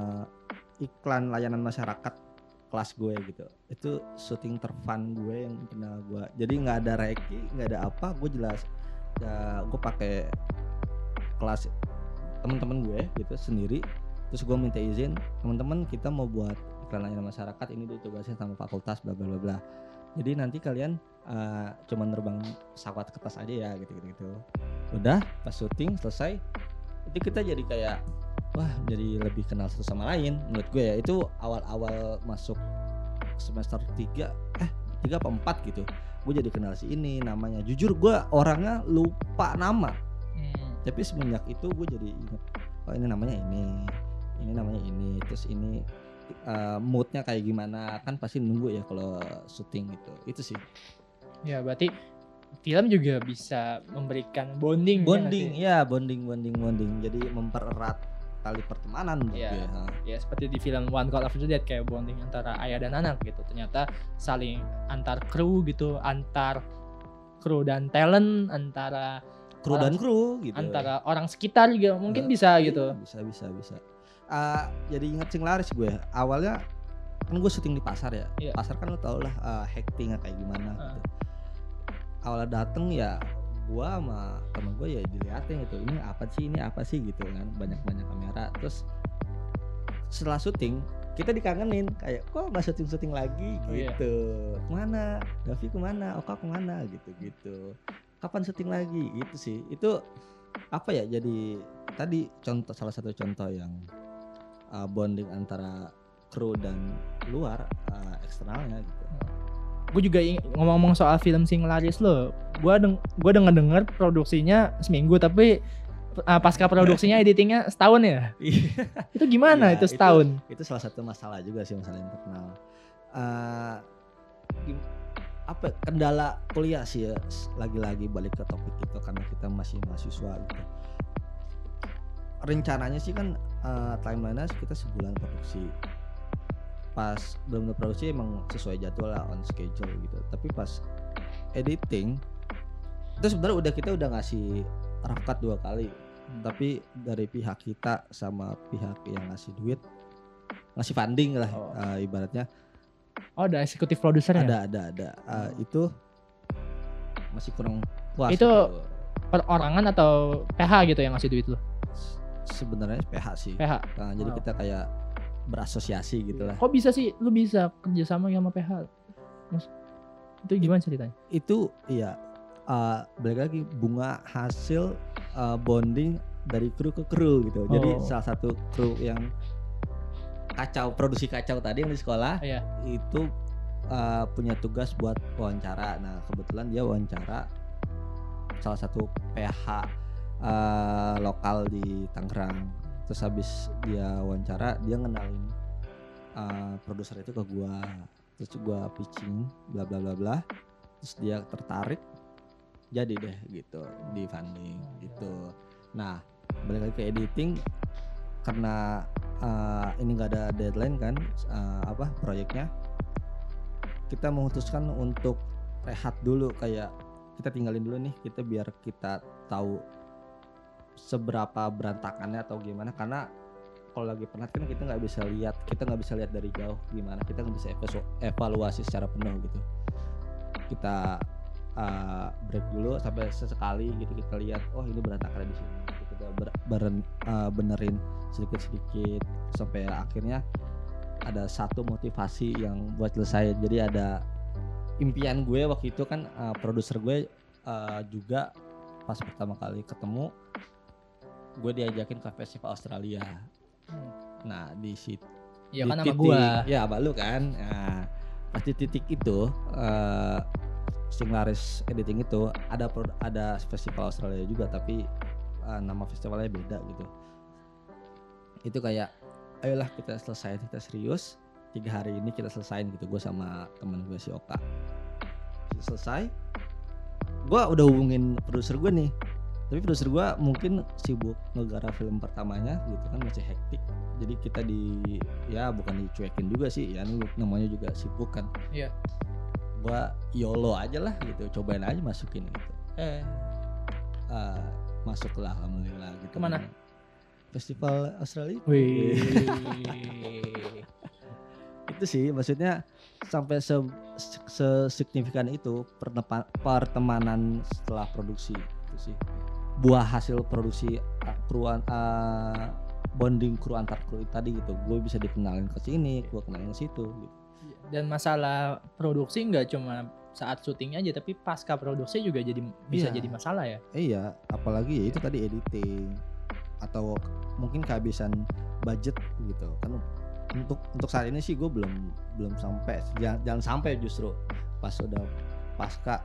iklan layanan masyarakat kelas gue gitu, itu syuting terfun gue yang pernah gue. Jadi nggak ada reki, nggak ada apa, gue jelas gue pakai kelas teman-teman gue gitu sendiri. Terus gue minta izin, teman-teman kita mau buat iklan layanan masyarakat, ini ditugasin sama fakultas bla bla bla. Jadi nanti kalian cuma nerbang pesawat kertas aja ya gitu. Udah pas syuting selesai, itu kita jadi kayak wah, jadi lebih kenal satu sama lain menurut gue ya. Itu awal-awal masuk semester 3 apa 4 gitu. Gue jadi kenal si ini namanya. Jujur gue orangnya lupa nama. Tapi semenjak itu gue jadi ingat, oh ini namanya ini namanya ini, terus ini moodnya kayak gimana, kan pasti nunggu ya kalau syuting gitu. Itu sih. Ya berarti film juga bisa memberikan bonding. Bonding. Jadi mempererat tali pertemanan ya seperti di film One Call of the Dead, kayak bonding antara ayah dan anak gitu. Ternyata saling antar kru gitu, antar kru dan talent, antara kru dan kru gitu, antara orang sekitar juga mungkin bisa gitu. Bisa. Jadi inget Sing Laris gue. Awalnya kan gue syuting di pasar ya. Pasar kan lo tau lah hacking kayak gimana gitu. Awalnya dateng ya gua sama temen gue ya dilihatin gitu, ini apa sih gitu kan, banyak kamera. Terus setelah syuting kita dikangenin, kayak kok nggak syuting lagi gitu. Kemana Davi, kemana Oka, kemana gitu, kapan syuting lagi gitu sih. Itu apa ya, jadi tadi salah satu contoh yang bonding antara kru dan luar eksternalnya gitu. Gue juga ngomong soal film Sing Laris lo, gue denger produksinya seminggu tapi pasca produksinya editingnya setahun ya. Itu gimana itu setahun? Itu salah satu masalah juga sih, masalah internal. Apa kendala kuliah sih ya, lagi-lagi balik ke topik itu karena kita masih mahasiswa gitu. Rencananya sih kan timeline-nya kita sebulan produksi. Pas belum produksi emang sesuai jadwal lah, on schedule gitu. Tapi pas editing itu sebenarnya kita udah ngasih rough cut 2 kali. Tapi dari pihak kita sama pihak yang ngasih duit, ngasih funding lah ibaratnya. Ada eksekutif produsernya? Ada. Itu masih kurang puas. Itu gitu. Perorangan atau PH gitu yang ngasih duit lo? Sebenarnya PH sih. Jadi kita kayak berasosiasi gitu lah. Kok bisa sih lu bisa kerjasama sama PH? Itu gimana ceritanya? Itu iya balik lagi bunga hasil bonding dari kru ke kru gitu. Jadi salah satu kru yang produksi kacau tadi yang di sekolah itu punya tugas buat wawancara. Nah kebetulan dia wawancara salah satu PH lokal di Tangerang. Terus habis dia wawancara, dia ngenalin produser itu ke gua. Terus gua pitching bla bla bla bla. Terus dia tertarik, jadi deh gitu di funding gitu. Nah balik lagi ke editing, karena ini nggak ada deadline kan proyeknya, kita memutuskan untuk rehat dulu, kayak kita tinggalin dulu nih, kita biar kita tahu seberapa berantakannya atau gimana. Karena kalau lagi penat kan kita nggak bisa lihat dari jauh gimana, kita nggak bisa evaluasi secara penuh gitu. Kita break dulu sampai sesekali gitu, kita lihat ini berantakan di sini, kita benerin sedikit sampai akhirnya ada satu motivasi yang buat selesai. Jadi ada impian gue waktu itu kan, produser gue juga pas pertama kali ketemu gue diajakin ke festival Australia. Nah di situ ya kan sama gue ya abah lu kan. Nah pas di titik itu Sing Laris editing itu ada festival Australia juga, tapi nama festivalnya beda gitu. Itu kayak ayolah kita selesai, kita serius 3 hari ini kita selesain gitu. Gue sama teman gue si Oka selesai, gue udah hubungin produser gue nih, tapi produser gue mungkin sibuk ngegarap film pertamanya gitu kan, masih hektik. Jadi kita bukan dicuekin juga sih ya, namanya juga sibuk kan. Iya. Gue YOLO aja lah gitu, cobain aja masukin gitu. Masuklah alhamdulillah gitu. Kemana? Festival Australia. Wih. Itu sih maksudnya sampai sesignifikan itu pertemanan setelah produksi itu sih. Buah hasil produksi bonding kru antar kru tadi gitu. Gue bisa dikenalin ke sini, gue kenalin ke situ gitu. Dan masalah produksi nggak cuma saat syuting aja, tapi pasca produksi juga bisa jadi masalah ya. Iya, apalagi ya itu tadi editing atau mungkin kehabisan budget gitu kan. Untuk saat ini sih gue belum sampai, jangan sampai justru pas udah pasca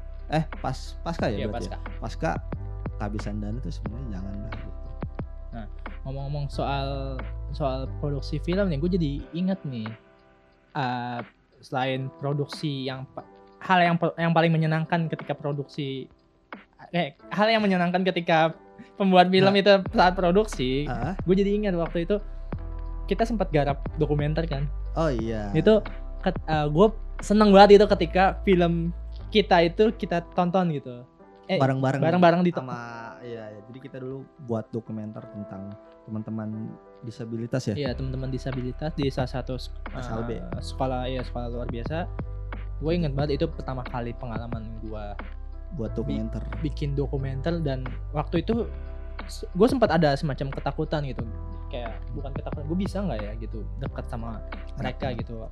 ya berarti pasca kehabisan dana itu sebenarnya jangan lah gitu. Nah, ngomong-ngomong soal produksi film nih, gue jadi ingat nih, selain produksi hal yang paling menyenangkan ketika produksi, hal yang menyenangkan ketika pembuat film itu saat produksi, gue jadi ingat waktu itu kita sempat garap dokumenter kan. Oh iya. Itu gue seneng banget itu ketika film kita tonton gitu. Bareng-bareng sama iya. Jadi kita dulu buat dokumenter tentang teman-teman disabilitas ya. Iya, teman-teman disabilitas di salah satu sekolah luar biasa. Gue inget banget itu pertama kali pengalaman gue buat dokumenter. Bikin dokumenter, dan waktu itu gue sempat ada semacam ketakutan gitu. Kayak bukan ketakutan, gue bisa nggak ya gitu dekat sama mereka gitu.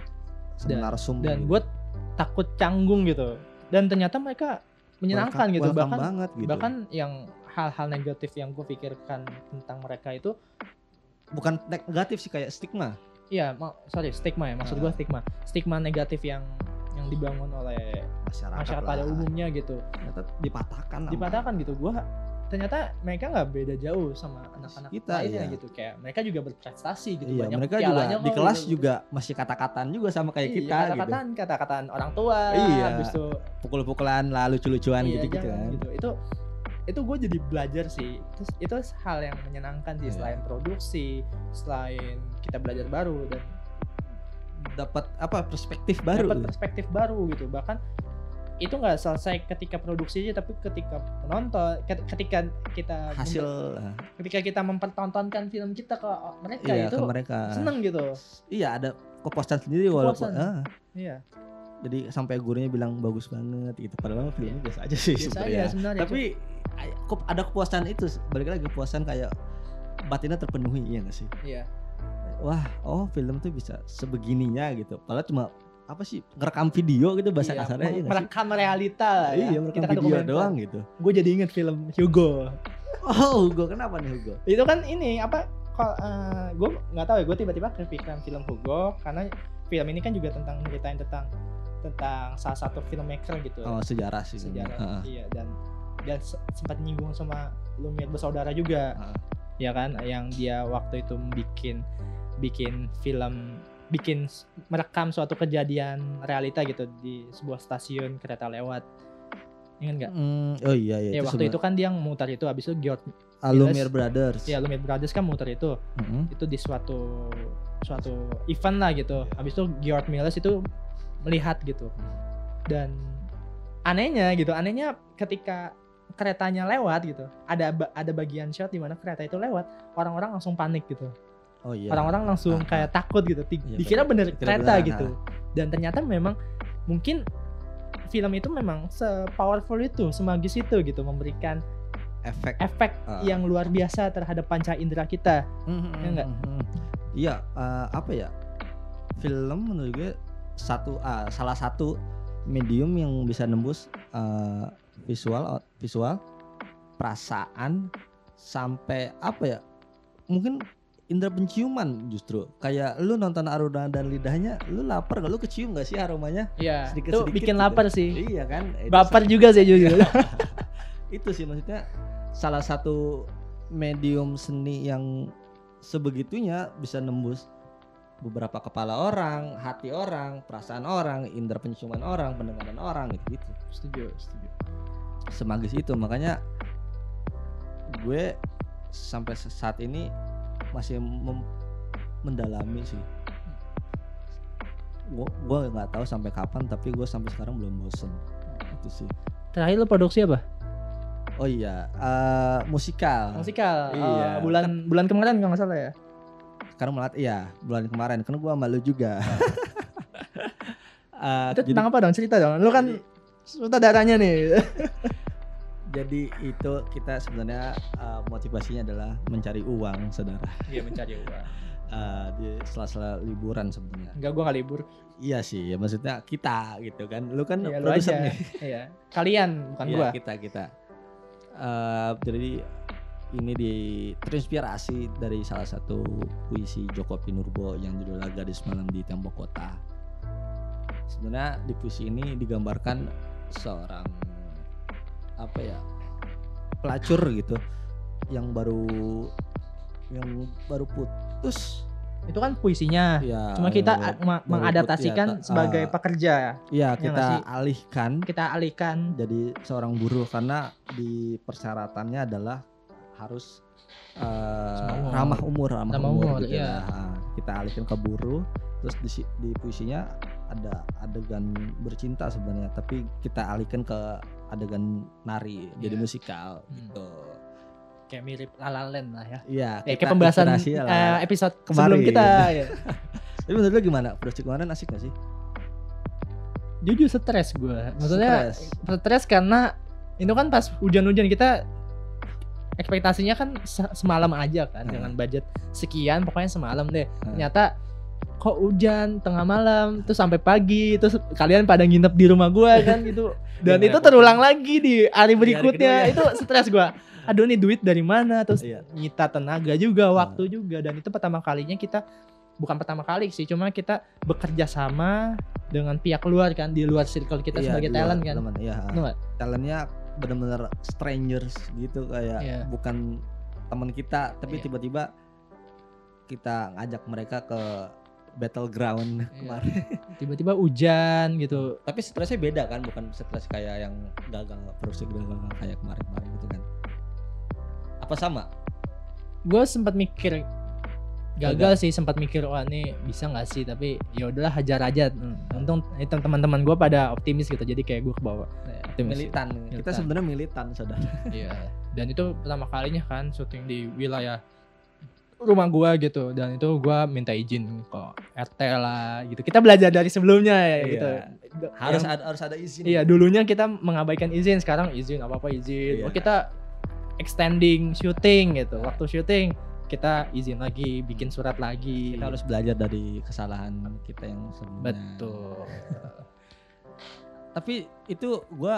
Dan gue takut canggung gitu. Dan ternyata mereka menyenangkan gitu. Bahkan yang hal-hal negatif yang gue pikirkan tentang mereka itu bukan negatif sih, kayak stigma. Iya, stigma ya. Maksud gue stigma negatif yang dibangun oleh masyarakat pada umumnya gitu. Ternyata dipatahkan gitu. Ternyata mereka nggak beda jauh sama anak-anak kita lainnya gitu. Kayak mereka juga berprestasi gitu. Iya, banyak mereka juga di kelas gitu. juga masih kata-kataan juga sama kayak kita kata-kataan orang tua. Iya. Habis itu pukul-pukulan lah, lucu-lucuan gitu kan. Gitu. Itu gue jadi belajar sih. Itu hal yang menyenangkan sih, selain produksi, selain kita belajar baru dan dapat perspektif baru gitu. Bahkan itu nggak selesai ketika produksi aja, tapi ketika menonton, ketika kita mempertontonkan film kita ke mereka, itu ke mereka. Seneng gitu. Iya, ada kepuasan sendiri walaupun iya. Jadi sampai gurunya bilang bagus banget gitu, padahal filmnya biasa aja sih sebenarnya. Tapi ada kepuasan itu, balik lagi kepuasan kayak batinnya terpenuhi, iya nggak sih? Iya. Wah, film tuh bisa sebegininya gitu. Padahal cuma ngerekam video gitu bahasa kasarnya, merekam realita lah ya. Iya, merekam video doang gitu. Gue jadi inget film Hugo. Oh, Hugo, kenapa nih Hugo? Itu kan ini gue nggak tahu ya, gue tiba-tiba kepikiran film Hugo karena film ini kan juga nyeritain tentang salah satu filmmaker gitu. Oh, sejarah sih. Iya, dan sempat nyinggung sama Lumiere Bersaudara juga. Ya kan, yang dia waktu itu merekam suatu kejadian realita gitu di sebuah stasiun kereta lewat. Ingat nggak? Oh iya. Ya waktu itu kan dia mutar itu, habis itu Lumiere Brothers. Ya, Lumiere Brothers kan mutar itu. Itu di suatu event lah gitu. Habis itu George Méliès itu melihat gitu. Dan anehnya ketika keretanya lewat gitu, ada bagian shot di mana kereta itu lewat, orang-orang langsung panik gitu. Oh iya. Orang-orang langsung kayak takut gitu, dikira bener kereta gitu. Dan ternyata memang mungkin film itu memang se-powerful itu, semagis itu gitu, memberikan efek yang luar biasa terhadap panca indera kita. Ya enggak? Iya, film menurut gue salah satu medium yang bisa nembus visual, perasaan, sampai mungkin indera penciuman. Justru kayak lu nonton Aruna dan Lidahnya, lu lapar gak? Lu kecium gak sih aromanya? Iya, sedikit-sedikit itu bikin gitu. lapar sih. Iya kan? Baper juga sih jujur. Itu sih maksudnya salah satu medium seni yang sebegitunya bisa nembus beberapa kepala orang, hati orang, perasaan orang, indera penciuman orang, pendengaran orang gitu. Setuju. Semagis itu, makanya gue sampai saat ini masih mendalami sih. Gue nggak tahu sampai kapan, tapi gue sampai sekarang belum bosen. Itu sih. Terakhir lo produksi apa? Oh iya, musikal. Iya. Bulan kemarin kalau nggak salah ya. Sekarang malah bulan kemarin karena gue malu juga. Itu tentang apa dong? Cerita dong. Lu kan sutradaranya nih. Jadi itu kita sebenarnya motivasinya adalah mencari uang, saudara. Iya, mencari uang. Di sela-sela liburan sebenarnya. Enggak, gue nggak libur. Iya sih, ya maksudnya kita gitu kan. Lu kan iya, produser nih. Iya. Kalian bukan gua. Kita. Jadi ini terinspirasi dari salah satu puisi Joko Pinurbo yang judulnya Gadis Malam di Tembok Kota. Sebenarnya di puisi ini digambarkan seorang pelacur gitu yang baru putus. Itu kan puisinya. Ya, cuma kita mengadaptasikan sebagai pekerja. Iya, kita alihkan jadi seorang buruh karena di persyaratannya adalah harus ramah umur gitu iya. Kita alihkan ke buruh. Terus di puisinya ada adegan bercinta sebenarnya, tapi kita alihkan ke adegan nari jadi musikal gitu. Kayak mirip La La Land lah ya. Iya, kayak pembahasan episode sebelum kita ya. Tapi menurut lu gimana? Produksi kemarin asik gak sih? Jujur stres gue. Maksudnya stres karena itu kan pas hujan-hujan, kita ekspektasinya kan semalam aja kan, dengan budget sekian pokoknya semalam deh. Ternyata kok hujan tengah malam terus sampai pagi, terus kalian pada nginep di rumah gue kan gitu. Dan itu terulang lagi di hari berikutnya. Itu stres gue. Aduh, nih duit dari mana, terus nyita tenaga juga, waktu juga. Dan itu pertama kalinya kita, bukan pertama kali sih, cuma kita bekerja sama dengan pihak luar kan, di luar circle kita sebagai talent kan. Talentnya benar-benar strangers gitu, kayak bukan teman kita, tapi tiba-tiba kita ngajak mereka ke battleground kemarin. Tiba-tiba hujan gitu. Tapi stresnya beda kan, bukan stres kayak yang gagal produksi kayak kemarin gitu kan. Apa sama? Gue sempat mikir gagal sih, sempat mikir wah ini bisa nggak sih, tapi ya udahlah hajar aja. Untung itu teman-teman gue pada optimis gitu, jadi kayak gue kebawa. Militan. Kita sebenarnya militan, saudara. Iya. Dan itu pertama kalinya kan syuting di wilayah rumah gue gitu, dan itu gue minta izin ke RT lah gitu. Kita belajar dari sebelumnya ya gitu. Harus ada izin. Iya, dulunya kita mengabaikan izin, sekarang izin apa izin. Oh, kita extending syuting gitu. Waktu syuting kita izin lagi, bikin surat lagi. Kita harus belajar dari kesalahan kita yang sebelumnya. Betul. Tapi itu gue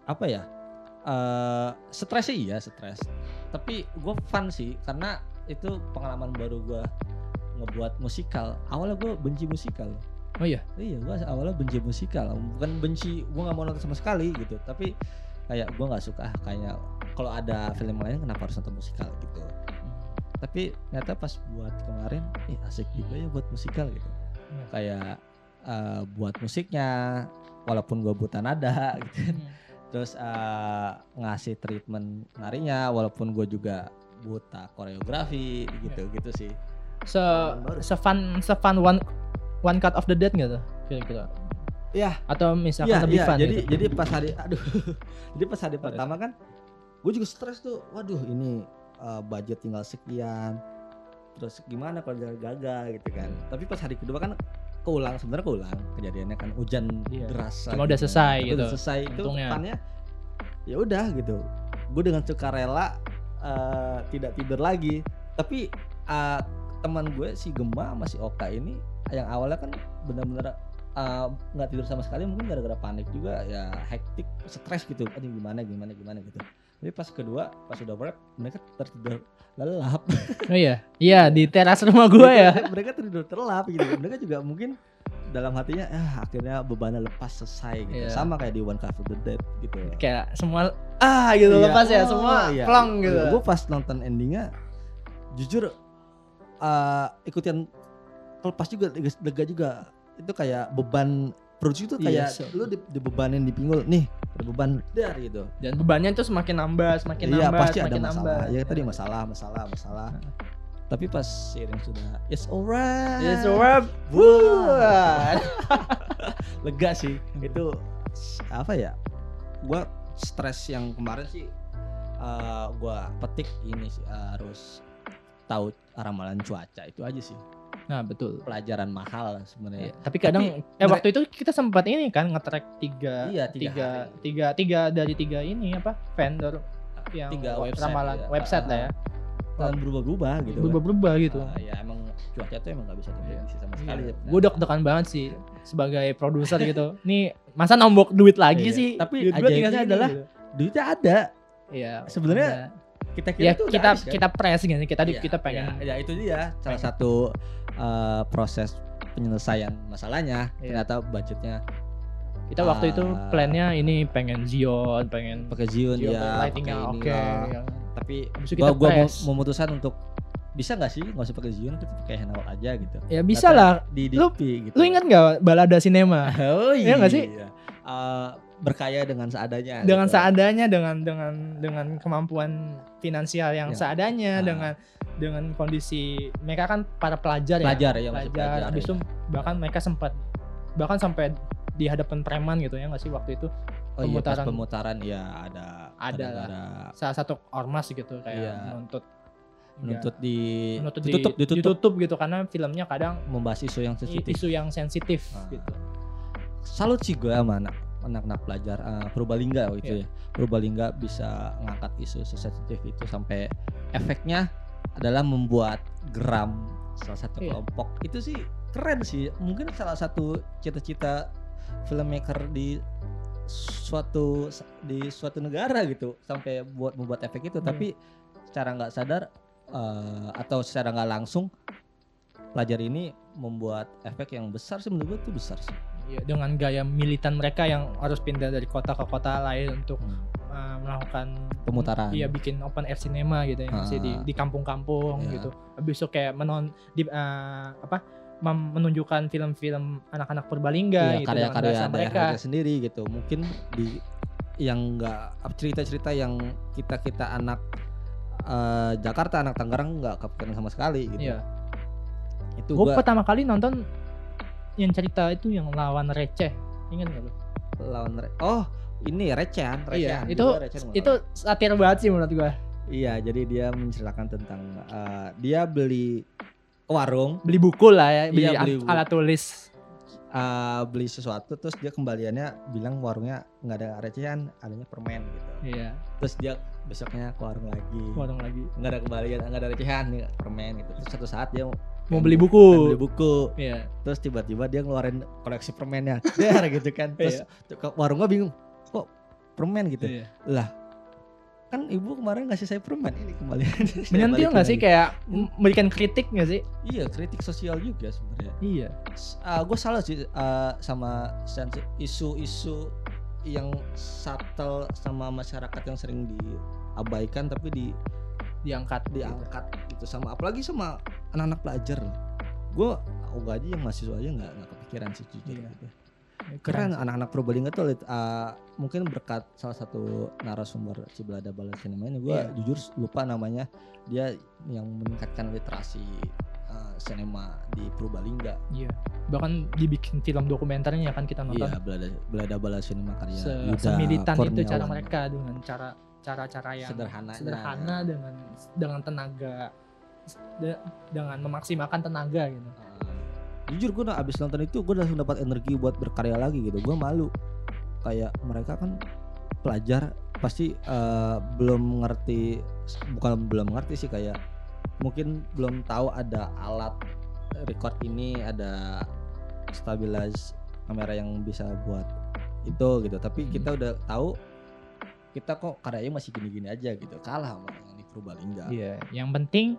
stresnya iya stres. Tapi gue fun sih, karena itu pengalaman baru gue ngebuat musikal. Awalnya gue benci musikal. Oh iya? Iya, gue awalnya benci musikal. Bukan benci, gue gak mau nonton sama sekali gitu. Tapi kayak gue gak suka, kayak kalau ada film lain kenapa harus nonton musikal gitu. Tapi ternyata pas buat kemarin, asik juga ya buat musikal gitu. Kayak buat musiknya, walaupun gue buta nada gitu. Terus ngasih treatment narinya, walaupun gue juga buta koreografi gitu sih. Fun one cut of the dead nggak tuh kira-kira? Iya. Atau misalkan lebih fun. Jadi pas hari pertama kan, gue juga stres tuh. Waduh, ini budget tinggal sekian. Terus gimana kalau gagal gitu kan? Tapi pas hari kedua kan keulang kejadiannya kan, hujan deras. Cuma udah selesai gitu. Udah selesai itu pannya. Ya udah gitu. Gue dengan sukarela tidak tidur lagi. Tapi teman gue si Gemma sama si Oka ini yang awalnya kan benar-benar nggak tidur sama sekali, mungkin gara-gara panik juga ya, hektik, stres gitu. Aduh gimana gitu. Tapi pas kedua, pas udah break, mereka tertidur lelap. Oh iya di teras rumah gue ya. Mereka tertidur terlelap gitu. Mereka juga mungkin dalam hatinya akhirnya bebannya lepas, selesai gitu. Sama kayak di One Cut for the Dead gitu. Kayak semua gitu lepas ya, semua plong gitu. Gue pas nonton endingnya jujur ikutin lepas juga, lega juga. Itu kayak beban produksi itu kayak lu dibebanin di pinggul nih, ada beban dar gitu. Dan bebannya itu semakin nambah, pasti semakin ada masalah. nambah. Ya tadi masalah. Tapi pas seiring sudah it's alright. Lega sih. Itu apa ya? Gua stres yang kemarin sih gua petik ini sih harus tahu ramalan cuaca, itu aja sih. Nah betul, pelajaran mahal sebenarnya. Tapi kadang waktu itu kita sempat ini kan nge-track tiga dari tiga ini apa vendor yang ramalan website lah ya. Dan berubah-ubah gitu. Ya emang cuaca tuh emang nggak bisa diprediksi sama sekali. Gue deg-degan banget sih sebagai produser gitu. Nih masa nombok duit lagi sih? Tapi ajaibnya adalah duitnya ada. Iya. Sebenarnya kita press gitu, kita pengen. Ya itu dia salah satu proses penyelesaian masalahnya. Ternyata budgetnya kita waktu itu plannya ini pengen Xeon, pengen pakai Xeon ya, lightingnya oke. Tapi gua memutuskan untuk bisa nggak sih nggak usah pakai Xeon, kita pakai Hangout aja gitu. Ya bisa lah. Gitu. Lu ingat nggak Balada Cinema? Oh iya nggak sih? Berkaya dengan seadanya. Dengan seadanya, dengan kemampuan finansial yang seadanya, dengan kondisi mereka kan para pelajar. Habis itu bahkan mereka bahkan sampai di hadapan preman gitu ya nggak sih waktu itu. Pemutaran ya ada salah satu ormas gitu kayak ditutup gitu karena filmnya kadang membahas isu yang sensitif gitu. Salut sih gue sama anak-anak pelajar Purbalingga gitu ya. Purbalingga bisa ngangkat isu sensitif itu sampai efeknya adalah membuat geram salah satu kelompok. Itu sih keren sih. Mungkin salah satu cita-cita filmmaker di suatu negara gitu sampai membuat efek itu. Tapi secara nggak sadar atau secara nggak langsung pelajar ini membuat efek yang besar sih, menurut gue itu besar sih. Ya, dengan gaya militan mereka yang harus pindah dari kota ke kota lain untuk melakukan pemutaran. Iya, bikin open air cinema gitu ya, masih di kampung-kampung gitu. Habis itu kayak menunjukkan film-film anak-anak Purbalingga gitu, karya-karya mereka sendiri gitu. Mungkin yang enggak cerita-cerita yang kita anak Jakarta, anak Tangerang enggak kepikiran sama sekali gitu. Iya. Itu gua pertama kali nonton yang cerita itu yang lawan receh, ingat nggak lu? Ini recehan. Iya, itu satir banget sih menurut gua. Iya, jadi dia menceritakan tentang dia beli warung, beli buku lah ya, beli alat tulis, beli sesuatu, terus dia kembaliannya bilang warungnya nggak ada recehan, adanya permen gitu. Iya. Terus dia besoknya ke warung lagi, nggak ada kembalian, nggak ada recehan, nih permen gitu. Terus satu saat dia mau beli buku. Iya. Terus tiba-tiba dia ngeluarin koleksi permennya, gitu kan. Terus warungnya bingung, kok permen gitu. Iya. Lah, kan ibu kemarin ngasih saya permen, ini kembalian. Menyentil nggak sih, kayak memberikan kritik nggak sih? Iya, kritik sosial juga sebenarnya. Iya. Gue salah sih sama isu-isu yang subtle sama masyarakat yang sering diabaikan tapi diangkat gitu, sama apalagi sama anak-anak pelajar. Gue aja yang mahasiswa aja nggak kepikiran sih jujur. Iya. Gitu. Keren anak-anak Purbalingga tuh mungkin berkat salah satu narasumber Ciblada Balada Cinema ini. Gue jujur lupa namanya, dia yang meningkatkan literasi sinema di Purbalingga. Iya. Bahkan dibikin film dokumenternya kan kita nonton. Iya, Balada Balada Cinema karya semilitan itu cara mereka dengan cara-cara yang sederhana dengan tenaga, dengan memaksimalkan tenaga gitu. Jujur gue abis nonton itu gue langsung dapat energi buat berkarya lagi gitu. Gue malu, kayak mereka kan pelajar pasti belum mengerti sih, kayak mungkin belum tahu ada alat record ini, ada stabilize kamera yang bisa buat itu gitu. Tapi kita udah tahu, kita kok karyanya masih gini-gini aja gitu, kalah sama yang di Purbalingga. Iya, yang penting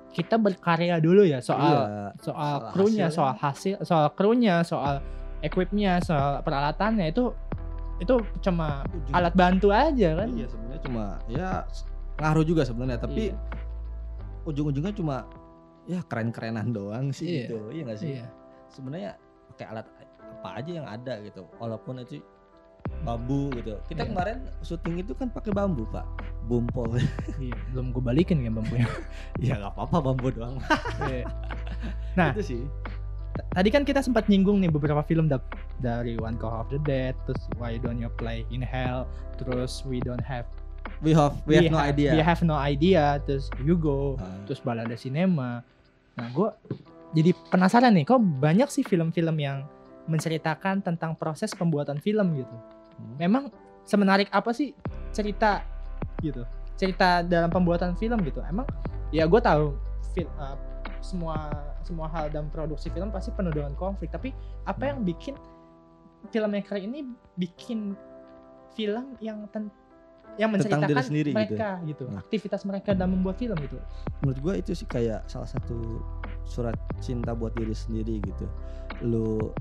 kita berkarya dulu ya soal krunya, soal hasil, soal krunya, soal equipnya, soal peralatannya itu cuma alat bantu aja kan. Iya sebenarnya cuma ya ngaruh juga sebenarnya, tapi ujung-ujungnya cuma ya keren-kerenan doang sih gitu. Iya nggak sih? Sebenarnya pakai alat apa aja yang ada gitu, walaupun itu bambu gitu. Kita kemarin syuting itu kan pakai bambu Pak, bumpol. Iya, belum gue balikin kan bambunya. Ya nggak apa-apa, bambu doang. Nah itu sih. Tadi kan kita sempat nyinggung nih beberapa film dari One Call of the Dead, terus Why Don't You Play in Hell, terus We Have No Idea, terus Hugo, terus Balada Cinema. Nah gue jadi penasaran nih, kok banyak sih film-film yang menceritakan tentang proses pembuatan film gitu. Memang semenarik apa sih cerita gitu, cerita dalam pembuatan film gitu. Emang ya gue tahu semua hal dalam produksi film pasti penuh dengan konflik, tapi apa yang bikin filmmaker ini bikin film yang menceritakan sendiri, mereka gitu. Aktivitas mereka dalam membuat film gitu. Menurut gue itu sih kayak salah satu surat cinta buat diri sendiri gitu. Lu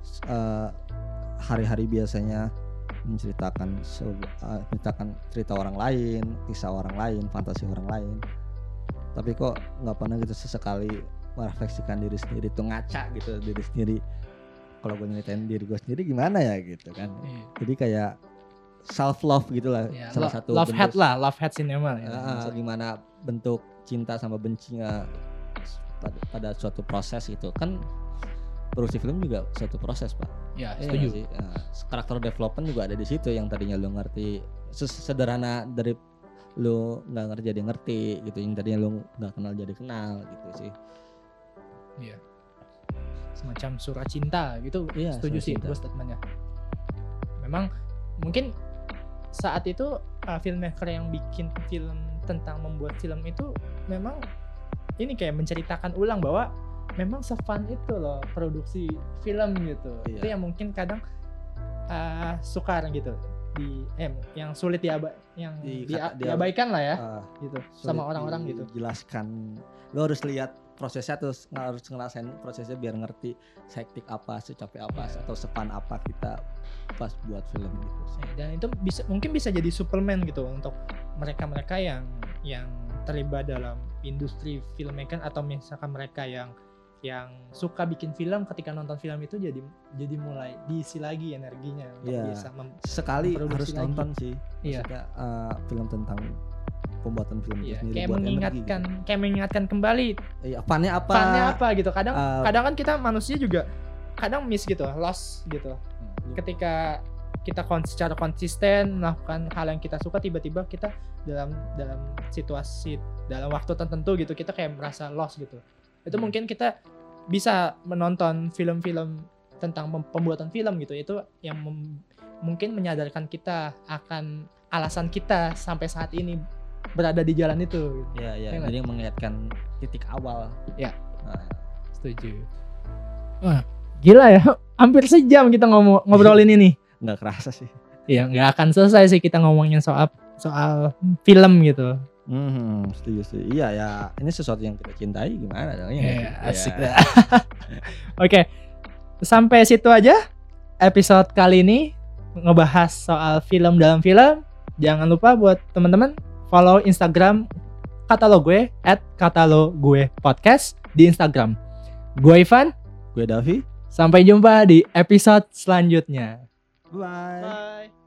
hari-hari biasanya menceritakan cerita orang lain, kisah orang lain, fantasi orang lain, tapi kok nggak pernah gitu sesekali merefleksikan diri sendiri, tuh ngaca gitu diri sendiri. Kalau gue nyeritain diri gue sendiri gimana ya gitu kan. Jadi kayak self love gitulah, salah satu love hate cinema ya. Gimana bentuk cinta sama bencinya pada suatu proses itu kan. Produksi film juga suatu proses Pak. Ya setuju. Karakter development juga ada di situ, yang tadinya lu ngerti sederhana dari lu nggak ngerti jadi ngerti gitu, yang tadinya lu nggak kenal jadi kenal gitu sih. Iya. Semacam surat cinta gitu. Iya, setuju sih gue statementnya. Memang mungkin saat itu filmmaker yang bikin film tentang membuat film itu memang ini kayak menceritakan ulang bahwa memang se-fun itu loh produksi film gitu. Itu yang mungkin kadang sukar gitu yang sulit diabaikan lah ya gitu sama orang-orang gitu. Jelaskan, lo harus lihat prosesnya, terus harus ngerasain prosesnya biar ngerti hektik apa, secapek apa, atau se-fun apa kita pas buat film gitu. Dan itu mungkin bisa jadi suplemen gitu untuk mereka-mereka yang terlibat dalam industri filmmaking, atau misalkan mereka yang suka bikin film, ketika nonton film itu jadi mulai diisi lagi energinya untuk bisa sekali harus lagi. Nonton sih. Maksudnya film tentang pembuatan film itu sendiri kayak mengingatkan kembali. Funnya apa gitu. Kadang kan kita manusia juga kadang miss gitu, lost gitu. Ketika kita secara konsisten melakukan hal yang kita suka, tiba-tiba kita dalam situasi, dalam waktu tertentu gitu, kita kayak merasa lost gitu. Itu mungkin kita bisa menonton film-film tentang pembuatan film gitu. Itu yang mungkin menyadarkan kita akan alasan kita sampai saat ini berada di jalan itu gitu. Iya. Jadi mengingatkan titik awal. Ya. Setuju. Wah, gila ya. Hampir sejam kita ngobrolin ini. Nggak kerasa sih. Iya, nggak akan selesai sih kita ngomongin soal film gitu. Setuju. Iya ya, ini sesuatu yang kita cintai, gimana dong ya? Asik dah. Oke, sampai situ aja episode kali ini ngebahas soal film dalam film. Jangan lupa buat teman-teman follow Instagram Katalog Gue @katalogguepodcast di Instagram. Gue Ivan, gue Davi. Sampai jumpa di episode selanjutnya. Bye.